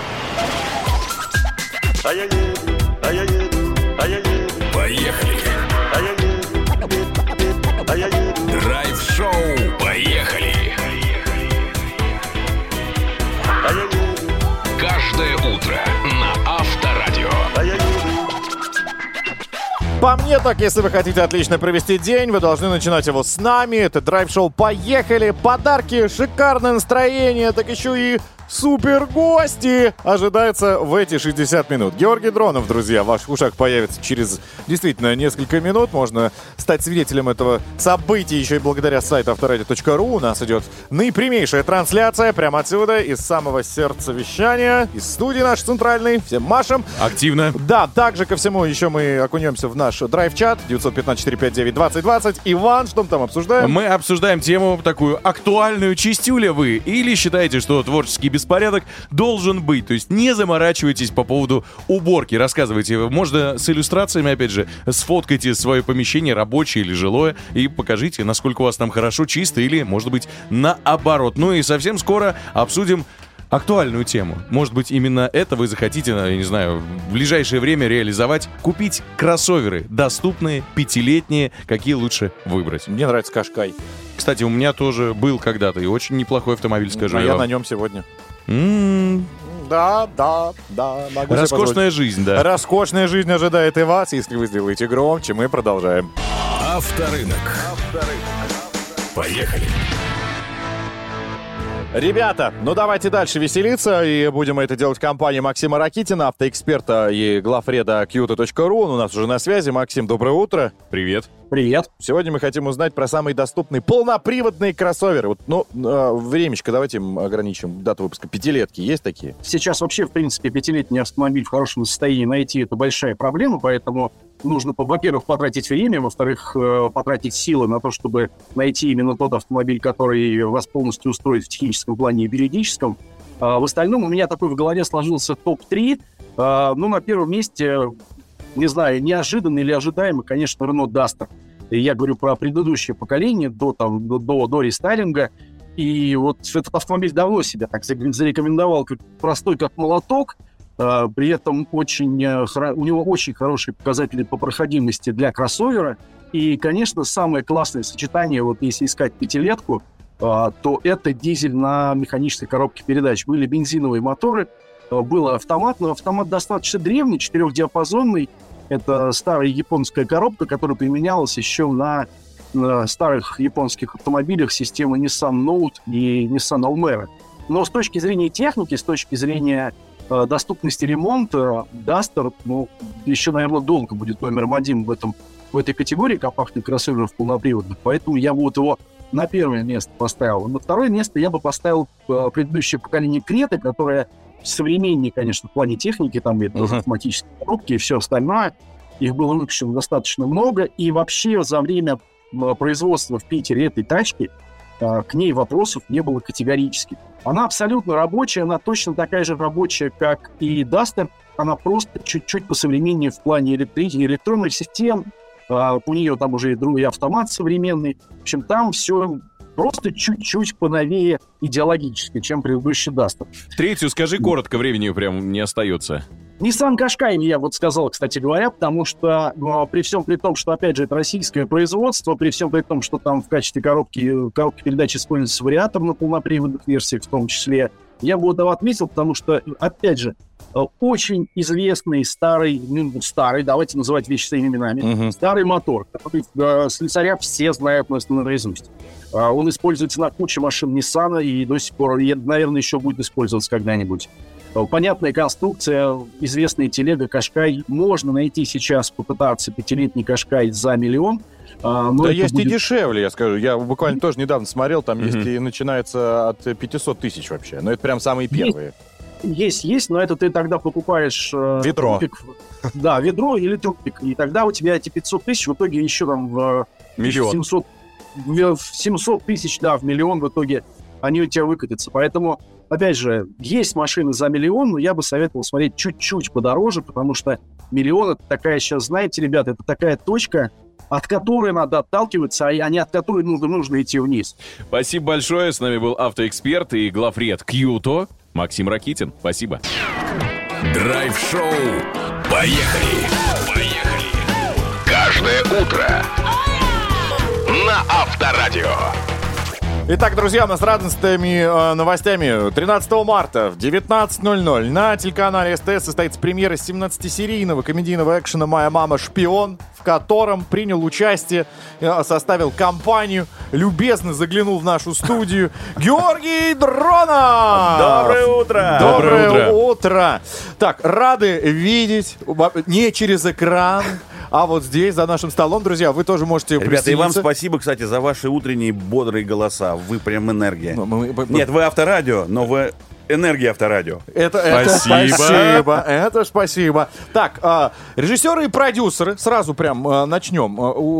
Поехали. Драйв-шоу. Поехали. Каждое утро на Авторадио. По мне так, если вы хотите отлично провести день, вы должны начинать его с нами. Это драйв-шоу «Поехали». Подарки, шикарное настроение, так еще и супер гости ожидается в эти 60 минут. Георгий Дронов, друзья, в ваших ушах появится через действительно несколько минут. Можно стать свидетелем этого события еще и благодаря сайту авторадио.ру. У нас идет наипрямейшая трансляция прямо отсюда, из самого сердца вещания, из студии нашей центральной. Всем машем. Активно. Да, также ко всему еще мы окунемся в наш драйв-чат 915-459-2020. Иван, что мы там обсуждаем? Мы обсуждаем тему такую актуальную. Чистюля вы или считаете, что творческий беспорядок должен быть? То есть не заморачивайтесь по поводу уборки. Рассказывайте. Можно с иллюстрациями, опять же, сфоткайте свое помещение, рабочее или жилое, и покажите, насколько у вас там хорошо, чисто или, может быть, наоборот. Ну и совсем скоро обсудим актуальную тему. Может быть, именно это вы захотите, я не знаю, в ближайшее время реализовать. Купить кроссоверы доступные, 5-летние. Какие лучше выбрать? Мне нравится Кашкай. Кстати, у меня тоже был когда-то и очень неплохой автомобиль, скажу я. Я на нем сегодня. Да. Роскошная жизнь, да. Роскошная жизнь ожидает и вас. Если вы сделаете громче, мы продолжаем. Авторынок. Поехали. Ребята, ну давайте дальше веселиться, и будем это делать в компании Максима Ракитина, автоэксперта и главреда Kyoto.ru. Он у нас уже на связи. Максим, доброе утро. Привет. Привет. Сегодня мы хотим узнать про самые доступные полноприводные кроссоверы. Вот, времечко давайте ограничим, дату выпуска. 5-летки есть такие? Сейчас вообще, в принципе, 5-летний автомобиль в хорошем состоянии найти — это большая проблема, поэтому нужно, во-первых, потратить время, во-вторых, потратить силы на то, чтобы найти именно тот автомобиль, который вас полностью устроит в техническом плане и юридическом. В остальном у меня такой в голове сложился топ-3. На первом месте, не знаю, неожиданно или ожидаемо, конечно, Renault Duster. Я говорю про предыдущее поколение, до рестайлинга. И вот этот автомобиль давно себя так зарекомендовал, как простой, как молоток. При этом у него очень хорошие показатели по проходимости для кроссовера. И, конечно, самое классное сочетание, вот если искать 5-летку, то это дизель на механической коробке передач. Были бензиновые моторы, был автомат, но автомат достаточно древний, 4-диапазонный. Это старая японская коробка, которая применялась еще на старых японских автомобилях системы Nissan Note и Nissan Almera. Но с точки зрения техники, с точки зрения доступности ремонта, Duster, еще, наверное, долго будет номером один в этой категории компактных кроссоверов полноприводных, поэтому я бы его на первое место поставил. На второе место я бы поставил предыдущее поколение Креты, которое современнее, конечно, в плане техники, там это автоматические коробки и все остальное. Их было выпущено достаточно много, и вообще за время производства в Питере этой тачки к ней вопросов не было категорически. Она абсолютно рабочая, она точно такая же рабочая, как и Duster. Она просто чуть-чуть посовременнее в плане электронных систем. У нее там уже и автомат современный. В общем, там все просто чуть-чуть поновее идеологически, чем предыдущий Duster. Третью скажи коротко, времени прям не остается. Nissan Qashqai, я вот сказал, кстати говоря, потому что при всем при том, что, опять же, это российское производство, при всем при том, что там в качестве коробки передач используется вариатор на полноприводных версиях в том числе, я бы его отметил, потому что, опять же, очень известный старый, давайте называть вещи своими именами, старый мотор, который слесаря все знают наизусть. Он используется на куче машин Nissan и до сих пор, наверное, еще будет использоваться когда-нибудь. Понятная конструкция, известная телега Qashqai. Можно найти сейчас, попытаться 5-летний Qashqai за $1 миллион. Да есть будет... и дешевле, я скажу. Я буквально тоже недавно смотрел, там есть и начинается от 500 тысяч вообще. Но это прям самые первые. Есть, но это ты тогда покупаешь... ведро. Трупик. Да, ведро или трупик. И тогда у тебя эти 500 тысяч в итоге еще там в 700 тысяч, да, в $1 миллион в итоге они у тебя выкатятся. Поэтому, опять же, есть машины за $1 миллион, но я бы советовал смотреть чуть-чуть подороже, потому что $1 миллион — это такая сейчас, знаете, ребята, это такая точка, от которой надо отталкиваться, а не от которой нужно идти вниз. Спасибо большое. С нами был автоэксперт и главред Kyoto Максим Ракитин. Спасибо. Драйв-шоу. Поехали. Каждое утро на Авторадио. Итак, друзья, у нас радостными новостями. 13 марта в 19:00 на телеканале СТС состоится премьера 17-серийного комедийного экшена «Моя мама шпион», в котором принял участие, составил компанию, любезно заглянул в нашу студию Георгий Дронов! Доброе утро! Доброе утро! Так, рады видеть не через экран, а вот здесь, за нашим столом, друзья, вы тоже можете присоединиться. Ребята, и вам спасибо, кстати, за ваши утренние бодрые голоса. Вы прям энергия. Нет, вы авторадио, но вы... Энергия авторадио. Это спасибо. Это спасибо. Так, режиссеры и продюсеры, сразу прям начнем.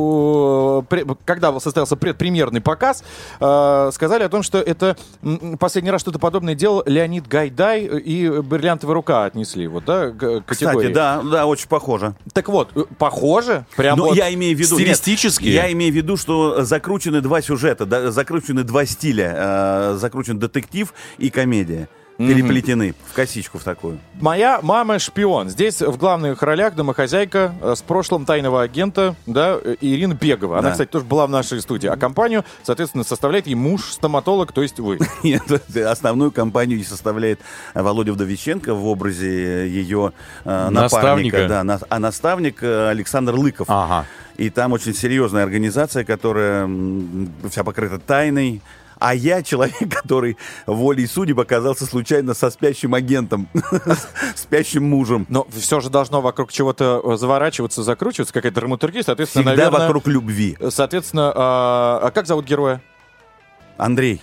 Когда состоялся предпремьерный показ, сказали о том, что это последний раз что-то подобное делал Леонид Гайдай и «Бриллиантовая рука» отнесли. Вот, да, категории. Кстати, да, очень похоже. Так вот, похоже? Прям вот я имею в виду... Стилистически? Я имею в виду, что закручены два сюжета, закручены два стиля. Закручен детектив и комедия. Переплетены в косичку в такую. «Моя мама шпион». Здесь в главных ролях домохозяйка с прошлым тайного агента, да, Ирина Пегова. Она, кстати, тоже была в нашей студии. А компанию, соответственно, составляет ей муж-стоматолог, то есть вы. Нет, основную компанию составляет Володя Вдовиченко в образе ее напарника. Да, а наставник Александр Лыков. Ага. И там очень серьезная организация, которая вся покрыта тайной. А я человек, который волей судеб оказался случайно со спящим агентом, спящим мужем. Но все же должно вокруг чего-то заворачиваться, закручиваться, какая-то драматургия, соответственно, всегда наверное... вокруг любви. Соответственно, а как зовут героя? Андрей.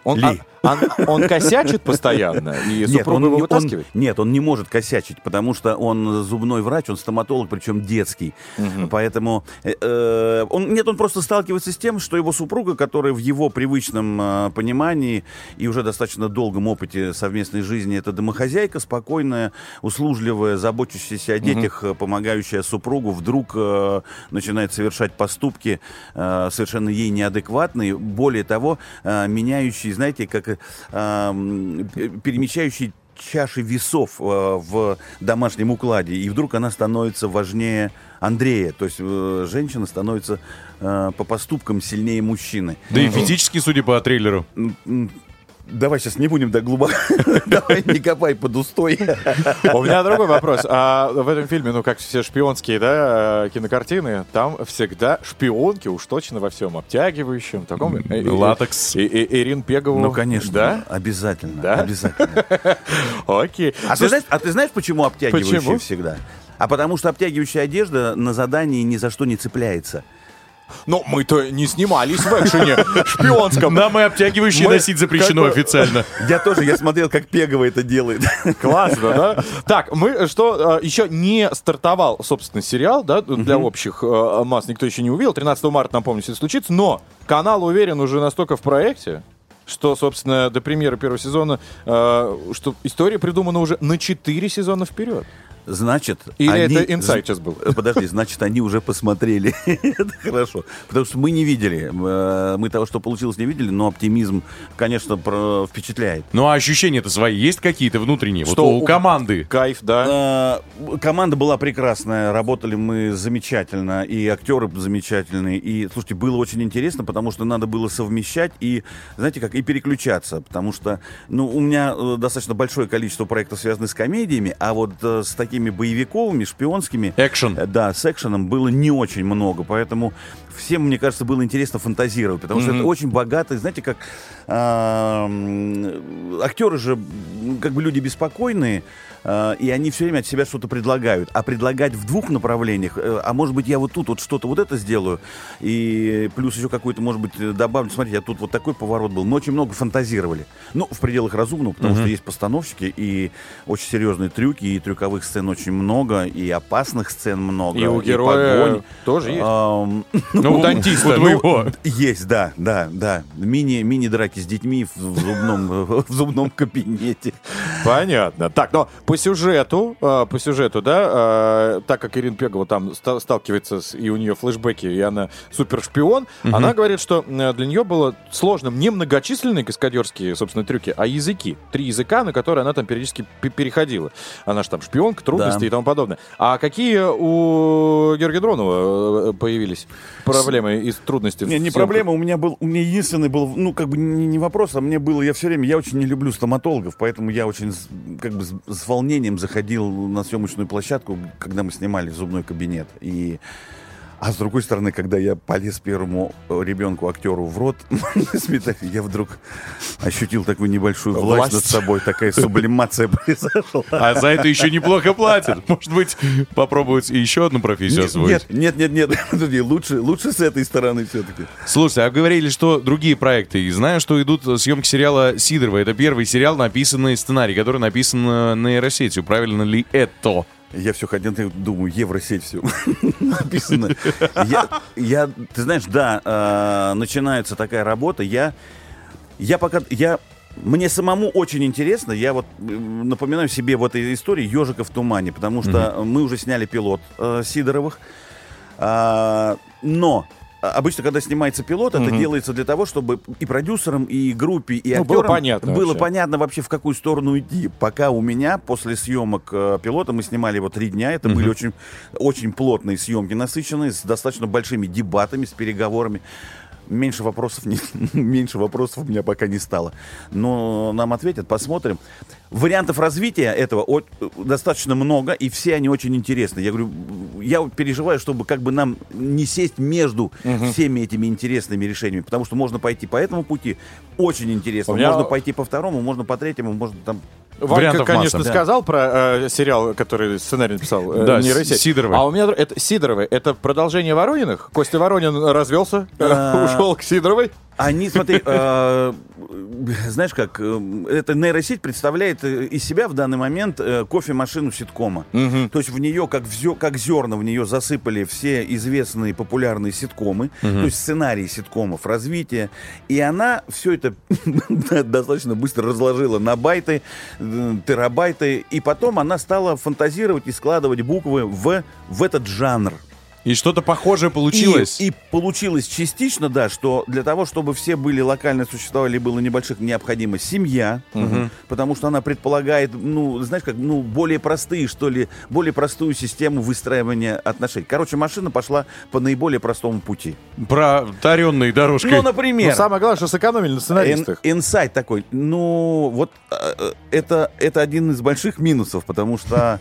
Он косячит постоянно, и супруга его вытаскивает? Нет, он не может косячить, потому что он зубной врач, он стоматолог, причем детский. Поэтому он просто сталкивается с тем, что его супруга, которая в его привычном понимании и уже достаточно долгом опыте совместной жизни, это домохозяйка, спокойная, услужливая, заботящаяся о детях, помогающая супругу, вдруг начинает совершать поступки совершенно ей неадекватные, более того, меняющие, знаете, как перемещающие чаши весов в домашнем укладе. И вдруг она становится важнее Андрея. То есть женщина становится по поступкам сильнее мужчины. Да и физически, судя по трейлеру. Давай сейчас не будем так глубоко. Давай не копай под устой. У меня другой вопрос. А в этом фильме, ну, как все шпионские, да, кинокартины, там всегда шпионки, уж точно во всем обтягивающем, таком... Латекс. Ирин Пегова. Ну, конечно. Да? Обязательно. Да? Обязательно. Окей. А ты знаешь, почему обтягивающие всегда? А потому что обтягивающая одежда на задании ни за что не цепляется. Но мы-то не снимались в экшене шпионском. Нам и обтягивающие носить запрещено официально. Я смотрел, как Пегова это делает. Классно, да? Так, еще не стартовал, собственно, сериал, да, для общих масс никто еще не увидел. 13 марта, напомню, все это случится, но канал уверен уже настолько в проекте, что, собственно, до премьеры первого сезона, что история придумана уже на 4 сезона вперед. Значит, или это инсайт сейчас был? Подожди, значит, они уже посмотрели. Это хорошо. Потому что мы не видели. Мы того, что получилось, не видели, но оптимизм, конечно, впечатляет. Ну, а ощущения-то свои есть какие-то внутренние? Что вот у команды? Кайф, да? Команда была прекрасная. Работали мы замечательно. И актеры замечательные. И, слушайте, было очень интересно, потому что надо было совмещать и, знаете, как и переключаться. Потому что, у меня достаточно большое количество проектов связано с комедиями, а вот с такими боевиковыми, шпионскими. Экшен. Да, с экшеном было не очень много, поэтому всем, мне кажется, было интересно фантазировать, потому что это очень богато, знаете, как актеры же, как бы люди беспокойные, и они все время от себя что-то предлагают. А предлагать в двух направлениях, а может быть, я вот тут вот что-то вот это сделаю, и плюс еще какой-то, может быть, добавлю, смотрите, а тут вот такой поворот был. Мы очень много фантазировали. Ну, в пределах разумного, потому что есть постановщики, и очень серьезные трюки, и трюковых сцен очень много, и опасных сцен много. И у героя погонь тоже есть. У дантиста твоего. Есть, да. Мини-драки с детьми в зубном кабинете. Понятно. Так, но по сюжету, да, так как Ирина Пегова там сталкивается и у нее флешбеки, и она супершпион, она говорит, что для нее было сложным не многочисленные каскадерские, собственно, трюки, а языки. 3 языка, на которые она там периодически переходила. Она же там шпионка, трудностей Да. и тому подобное. А какие у Георгия Дронова появились проблемы и трудности? в Не съемках? проблема, у меня единственный был, ну, как бы не вопрос, а мне было, я очень не люблю стоматологов, поэтому я очень, как бы, с волнением заходил на съемочную площадку, когда мы снимали зубной кабинет. А с другой стороны, когда я полез первому ребенку-актеру в рот, я вдруг ощутил такую небольшую власть над собой, такая сублимация произошла. А за это еще неплохо платят. Может быть, попробовать еще одну профессию освоить? Нет. Лучше с этой стороны все-таки. Слушай, а говорили, что другие проекты. И знаю, что идут съемки сериала «Сидорова». Это первый сериал, написанный сценарий, который написан нейросетью. Правильно ли это? Я все ходил, думаю, Евросеть все написано. Ты знаешь, да, начинается такая работа. Мне самому очень интересно. Я вот напоминаю себе в этой истории «Ежика в тумане», потому что мы уже сняли пилот Сидоровых. Но обычно, когда снимается пилот, это делается для того, чтобы и продюсерам, и группе, и актерам было понятно вообще, в какую сторону идти. Пока у меня после съемок пилота, мы снимали его 3 дня, это были очень, очень плотные съемки, насыщенные, с достаточно большими дебатами, с переговорами. Меньше вопросов у меня пока не стало. Но нам ответят, посмотрим. Вариантов развития этого достаточно много, и все они очень интересны. Я говорю, я переживаю, чтобы как бы нам не сесть между всеми этими интересными решениями, потому что можно пойти по этому пути, очень интересно. Можно пойти по второму, можно по третьему, можно там... Ванька, конечно, сказал про сериал, который сценарий написал, нейросеть. Сидоровы. А у меня это Сидоровы. Это продолжение Ворониных? Костя Воронин развелся, ушел к Сидоровой. Они, смотри, знаешь как, эта нейросеть представляет из себя в данный момент кофемашину ситкома. То есть в нее, как зерна, в нее засыпали все известные популярные ситкомы, то есть сценарии ситкомов, развитие. И она все это достаточно быстро разложила на байты, терабайты, и потом она стала фантазировать и складывать буквы в этот жанр. И что-то похожее получилось. И получилось частично, да, что для того, чтобы все были локально существовали, было небольших, необходима семья, потому что она предполагает, знаешь, как, более простые, что ли, более простую систему выстраивания отношений. Короче, машина пошла по наиболее простому пути. Протаренной дорожкой. Ну, например. Самое главное, что сэкономили на сценаристах. Инсайт такой. Это один из больших минусов, потому что,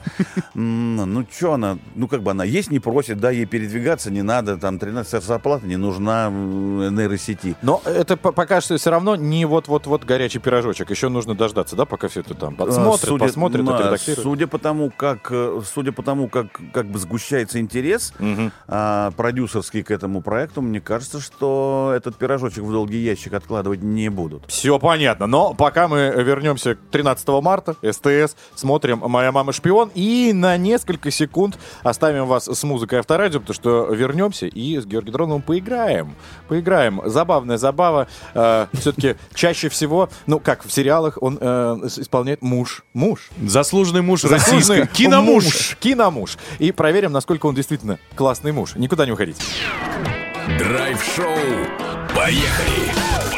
она есть не просит, да, ей передвигаться не надо, там 13 зарплата не нужна нейросети. Но это пока что все равно не вот-вот-вот горячий пирожочек. Еще нужно дождаться, да, пока все это там посмотрит, отредактирует. Судя по тому, как бы сгущается интерес продюсерский к этому проекту, мне кажется, что этот пирожочек в долгий ящик откладывать не будут. Все понятно. Но пока мы вернемся к 13 марта, СТС, смотрим «Моя мама шпион» и на несколько секунд оставим вас с музыкой Авторадио, потому что вернемся и с Георгием Дроновым поиграем. Забавная забава. Все-таки чаще всего, как в сериалах, он исполняет муж. Заслуженный муж российский. Киномуж. И проверим, насколько он действительно классный муж. Никуда не уходите. Драйв-шоу. Поехали!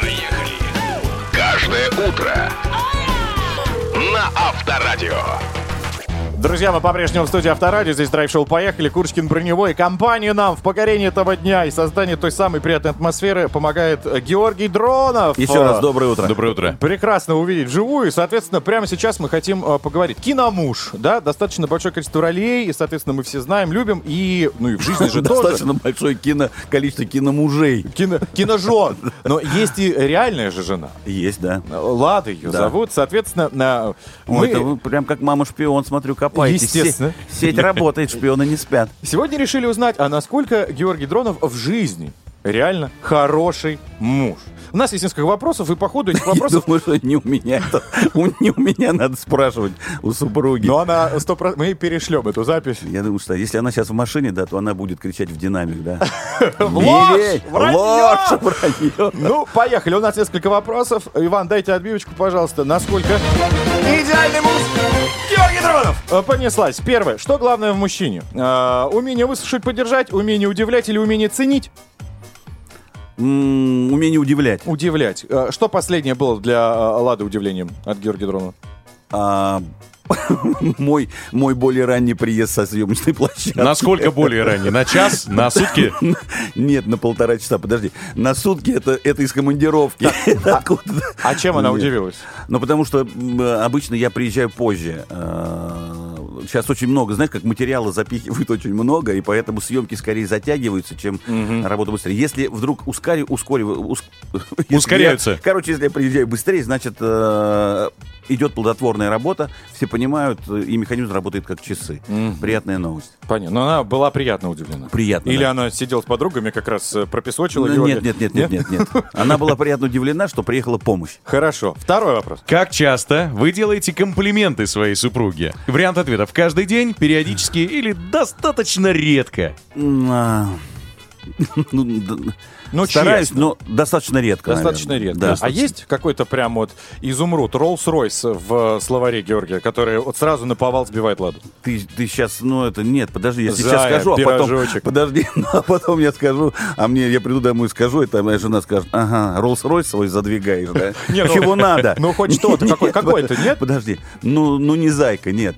Каждое утро на Авторадио. Друзья, мы по-прежнему в студии Авторадио. Здесь драйв-шоу «Поехали». Курочкин, Броневой. Компанию нам в покорении этого дня и создании той самой приятной атмосферы помогает Георгий Дронов. Еще раз доброе утро. Доброе утро. Прекрасно увидеть вживую. И, соответственно, прямо сейчас мы хотим поговорить. Киномуж, да? Достаточно большое количество ролей. И, соответственно, мы все знаем, любим. И в жизни же тоже. Достаточно большое количество киномужей. Киножен. Но есть и реальная же жена. Есть, да. Лада ее зовут. Соответственно, это вы прям как мама-шпион, смотрю, копаетесь. Естественно. Сеть работает, шпионы не спят. Сегодня решили узнать, а насколько Георгий Дронов в жизни реально хороший муж. У нас есть несколько вопросов, и по ходу этих вопросов... Я думаю, что не у меня надо спрашивать, у супруги. Но она 100%... Мы перешлем эту запись. Я думаю, что если она сейчас в машине, да, то она будет кричать в динамик, да. Ложь! Вранье! Ну, поехали. У нас несколько вопросов. Иван, дайте отбивочку, пожалуйста. Насколько идеальный муж Георгий Дронов? Понеслась. Первое. Что главное в мужчине? Умение выслушать, поддержать, умение удивлять или умение ценить? Умение удивлять. Удивлять. Что последнее было для Лады удивлением от Георгия Дронова? мой более ранний приезд со съемочной площадки. Насколько более ранний? На час? На сутки? Нет, на 1,5 часа. Подожди. На сутки это из командировки. А чем она удивилась? Ну, потому что обычно я приезжаю позже. Сейчас очень много, знаешь, как материала запихивают очень много, и поэтому съемки скорее затягиваются, чем работа быстрее. Если вдруг ускоряются. Если я приезжаю быстрее, значит, идет плодотворная работа, все понимают, и механизм работает как часы. Приятная новость. Понятно. Но она была приятно удивлена. Приятно. Или да. она сидела с подругами, как раз пропесочила Нет. Она была приятно удивлена, что приехала помощь. Хорошо. Второй вопрос. Как часто вы делаете комплименты своей супруге? Вариант ответов: каждый день, периодически или достаточно редко? Стараюсь, честно. но достаточно редко. Достаточно наверное. редко. Да, А достаточно. есть какой-то прям вот изумруд, Роллс-Ройс в словаре Георгия, который вот сразу наповал сбивает ладу? Ты сейчас, нет, подожди, я сейчас Зая, скажу, пирожочек. а потом я скажу, я приду домой и скажу, это моя жена скажет: ага, Роллс-Ройс свой задвигаешь, да? Чего надо? Ну, хоть что-то, какой-то, нет? Подожди, не зайка, нет.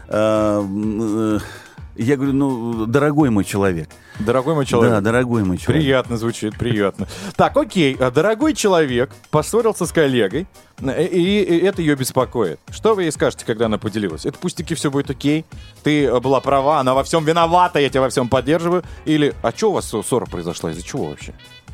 Я говорю, дорогой мой человек. Дорогой мой человек. Да, дорогой мой человек. Приятно звучит, приятно. Так, окей, дорогой человек поссорился с коллегой, и это ее беспокоит. Что вы ей скажете, когда она поделилась? Это пустяки, все будет окей, ты была права, она во всем виновата, я тебя во всем поддерживаю. Или, а что у вас ссора произошла, из-за чего вообще?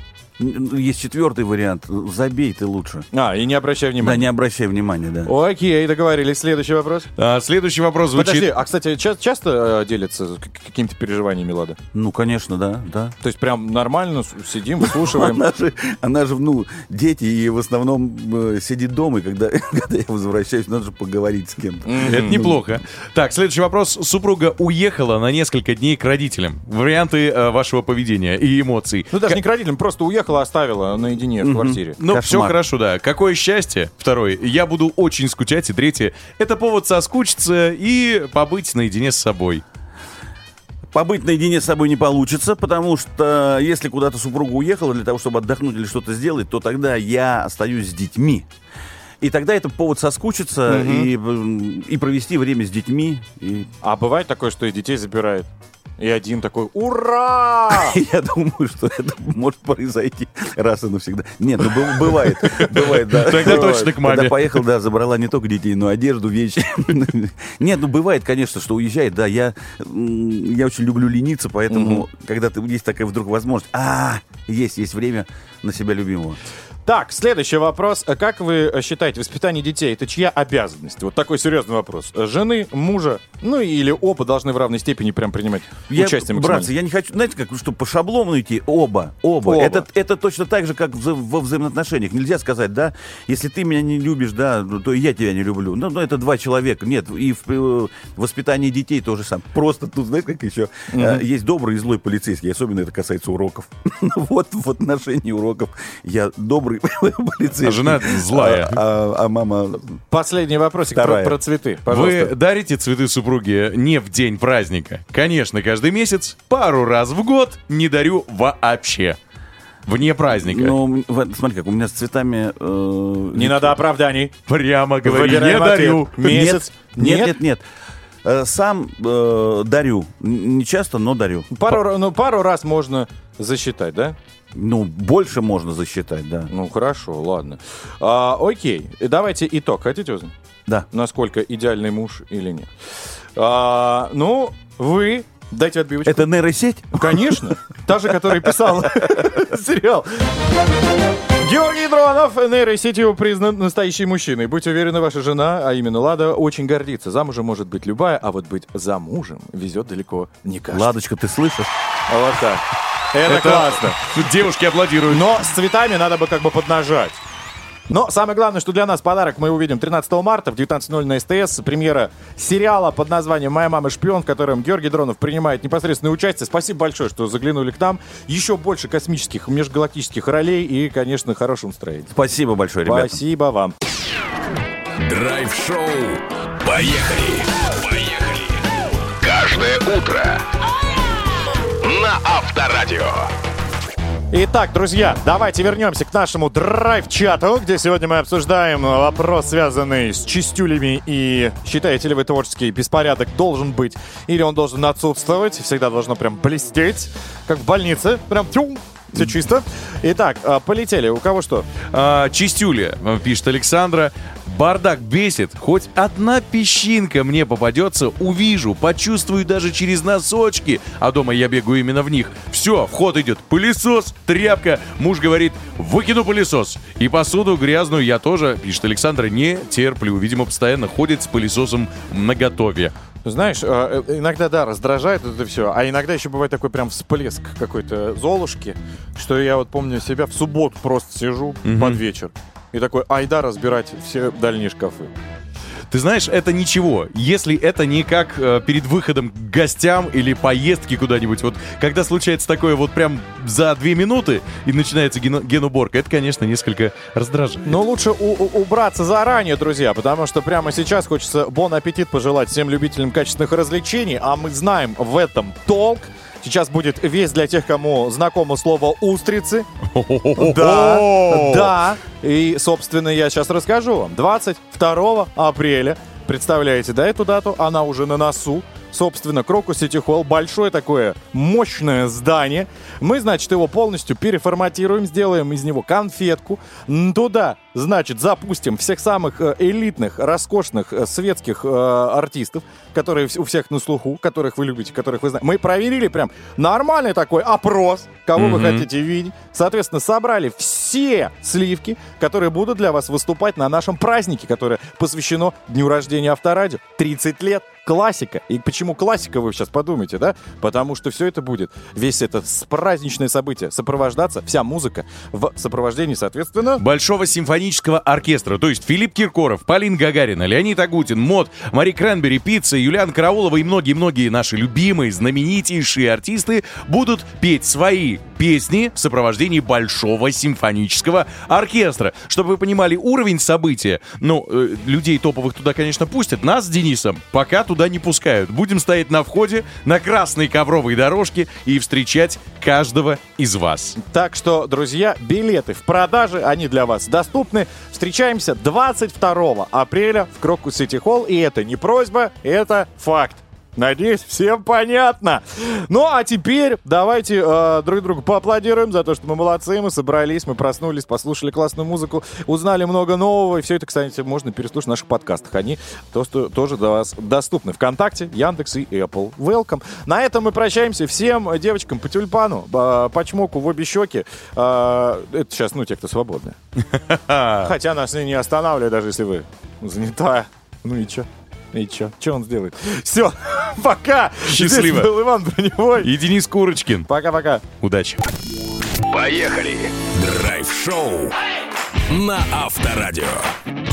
Есть четвертый вариант. Забей ты лучше. И не обращай внимания. Да, не обращай внимания, да. Окей, договорились. Следующий вопрос. Следующий вопрос звучит... Подожди, кстати, часто делятся какими-то переживаниями Лада? Ну, конечно, да. То есть прям нормально сидим, выслушиваем? Она же, дети, и в основном сидит дома, и когда я возвращаюсь, надо же поговорить с кем-то. Это неплохо. Так, следующий вопрос. Супруга уехала на несколько дней к родителям. Варианты вашего поведения и эмоций. Даже не к родителям, просто уехала, оставила наедине в квартире. Ну, все хорошо, да. Какое счастье. Второй. Я буду очень скучать. И третье. Это повод соскучиться и побыть наедине с собой. Побыть наедине с собой не получится, потому что если куда-то супруга уехала для того, чтобы отдохнуть или что-то сделать, то тогда я остаюсь с детьми. И тогда это повод соскучиться и провести время с детьми. А бывает такое, что и детей забирает? И один такой: ура! Я думаю, что это может произойти раз и навсегда. Нет, бывает, да. Тогда точно к маме. Когда поехал, да, забрала не только детей, но и одежду, вещи. Нет, бывает, конечно, что уезжает, да. Я очень люблю лениться, поэтому, когда есть такая вдруг возможность, есть время на себя любимого. Так, следующий вопрос. Как вы считаете, воспитание детей — это чья обязанность? Вот такой серьезный вопрос. Жены, мужа, или оба должны в равной степени прям принимать участие максимально? Братцы, я не хочу, знаете, чтобы по шаблону идти, оба. Это точно так же, как во взаимоотношениях. Нельзя сказать, да, если ты меня не любишь, да, то и я тебя не люблю. Ну, это два человека. Нет, и в воспитании детей тоже самое. Просто тут, знаете, как еще есть добрый и злой полицейский. Особенно это касается уроков. Вот в отношении уроков я добрый полицейский. А жена злая. А мама... Последний вопросик про цветы. Пожалуйста. Вы дарите цветы супруге не в день праздника? Конечно, каждый месяц, пару раз в год не дарю вообще. Вне праздника. Ну, смотри, как у меня с цветами... Не надо оправданий. Прямо говори, Выбираем не дарю. ответ. Месяц? Нет. Сам дарю. Не часто, но дарю. Пару раз можно засчитать, да? Ну, больше можно засчитать, да. Ну, хорошо, ладно. Окей, давайте итог. Хотите узнать? Да. Насколько идеальный муж или нет? Вы... Дайте отбивочку. Это нейросеть? Конечно. Та же, которая писала сериал. Георгий Дронов нейросетью признан настоящий мужчиной. Будьте уверены, ваша жена, а именно Лада, очень гордится. Замужем может быть любая, а вот быть замужем везет далеко не каждый. Ладочка, ты слышишь? Вот так. Это классно. Девушки аплодируют. Но с цветами надо бы поднажать. Но самое главное, что для нас подарок мы увидим 13 марта в 19:00 на СТС. Премьера сериала под названием «Моя мама шпион», в котором Георгий Дронов принимает непосредственное участие. Спасибо большое, что заглянули к нам. Еще больше космических, межгалактических ролей и, конечно, хорошего настроения. Спасибо большое, ребята. Спасибо вам. Драйв-шоу. Поехали. Каждое утро на Авторадио. Итак, друзья, давайте вернемся к нашему драйв-чату, где сегодня мы обсуждаем вопрос, связанный с чистюлями. И считаете ли вы, творческий беспорядок должен быть или он должен отсутствовать? Всегда должно прям блестеть, как в больнице. Прям тюм, все чисто. Итак, полетели. У кого что? Чистюля, пишет Александра. Бардак бесит. Хоть одна песчинка мне попадется, увижу, почувствую даже через носочки. А дома я бегаю именно в них. Все, в ход идет пылесос, тряпка. Муж говорит, выкину пылесос. И посуду грязную я тоже, пишет Александра, не терплю. Видимо, постоянно ходит с пылесосом наготове. Знаешь, иногда, да, раздражает это все, а иногда еще бывает такой прям всплеск какой-то золушки, что я вот помню себя в субботу просто сижу под вечер и такой, айда разбирать все дальние шкафы. Ты знаешь, это ничего, если это не как перед выходом к гостям или поездки куда-нибудь. Вот когда случается такое вот прям за 2 минуты и начинается генуборка, это, конечно, несколько раздражает. Но лучше убраться заранее, друзья, потому что прямо сейчас хочется бон аппетит пожелать всем любителям качественных развлечений, а мы знаем в этом толк. Сейчас будет весть для тех, кому знакомо слово «устрицы». Да. И, собственно, я сейчас расскажу вам. 22 апреля, представляете, да, эту дату? Она уже на носу. Собственно, Крокус Сити Холл, большое такое мощное здание. Мы, значит, его полностью переформатируем, сделаем из него конфетку. Туда, значит, запустим всех самых элитных, роскошных, светских артистов, которые у всех на слуху, которых вы любите, которых вы знаете. Мы проверили прям нормальный такой опрос, кого вы хотите видеть. Соответственно, собрали все сливки, которые будут для вас выступать на нашем празднике, которое посвящено дню рождения Авторадио. 30 лет. Классика. И почему классика, вы сейчас подумаете, да? Потому что все это будет, весь это праздничное событие, сопровождаться, вся музыка в сопровождении, соответственно... Большого симфонического оркестра. То есть Филипп Киркоров, Полина Гагарина, Леонид Агутин, Мот, Мари Кренбери, Пицца, Юлиана Караулова и многие-многие наши любимые, знаменитейшие артисты будут петь свои песни в сопровождении Большого симфонического оркестра. Чтобы вы понимали уровень события, людей топовых туда, конечно, пустят. Нас с Денисом пока туда не пускают. Будем стоять на входе, на красной ковровой дорожке и встречать каждого из вас. Так что, друзья, билеты в продаже, они для вас доступны. Встречаемся 22 апреля в Крокус Сити Холл. И это не просьба, это факт. Надеюсь, всем понятно. Ну, а теперь давайте друг другу поаплодируем за то, что мы молодцы, мы собрались, мы проснулись, послушали классную музыку, узнали много нового. И все это, кстати, можно переслушать в наших подкастах. Они тоже для вас доступны. ВКонтакте, Яндекс и Apple. Welcome. На этом мы прощаемся. Всем девочкам по тюльпану, по чмоку в обе щеки. Это сейчас, те, кто свободны. Хотя нас не останавливает, даже если вы занятая. Ну и чё? И чё? Чё он сделает? Все, пока! Счастливо! Здесь был Иван Броневой и Денис Курочкин. Пока-пока. Удачи! Поехали! Драйв-шоу на Авторадио.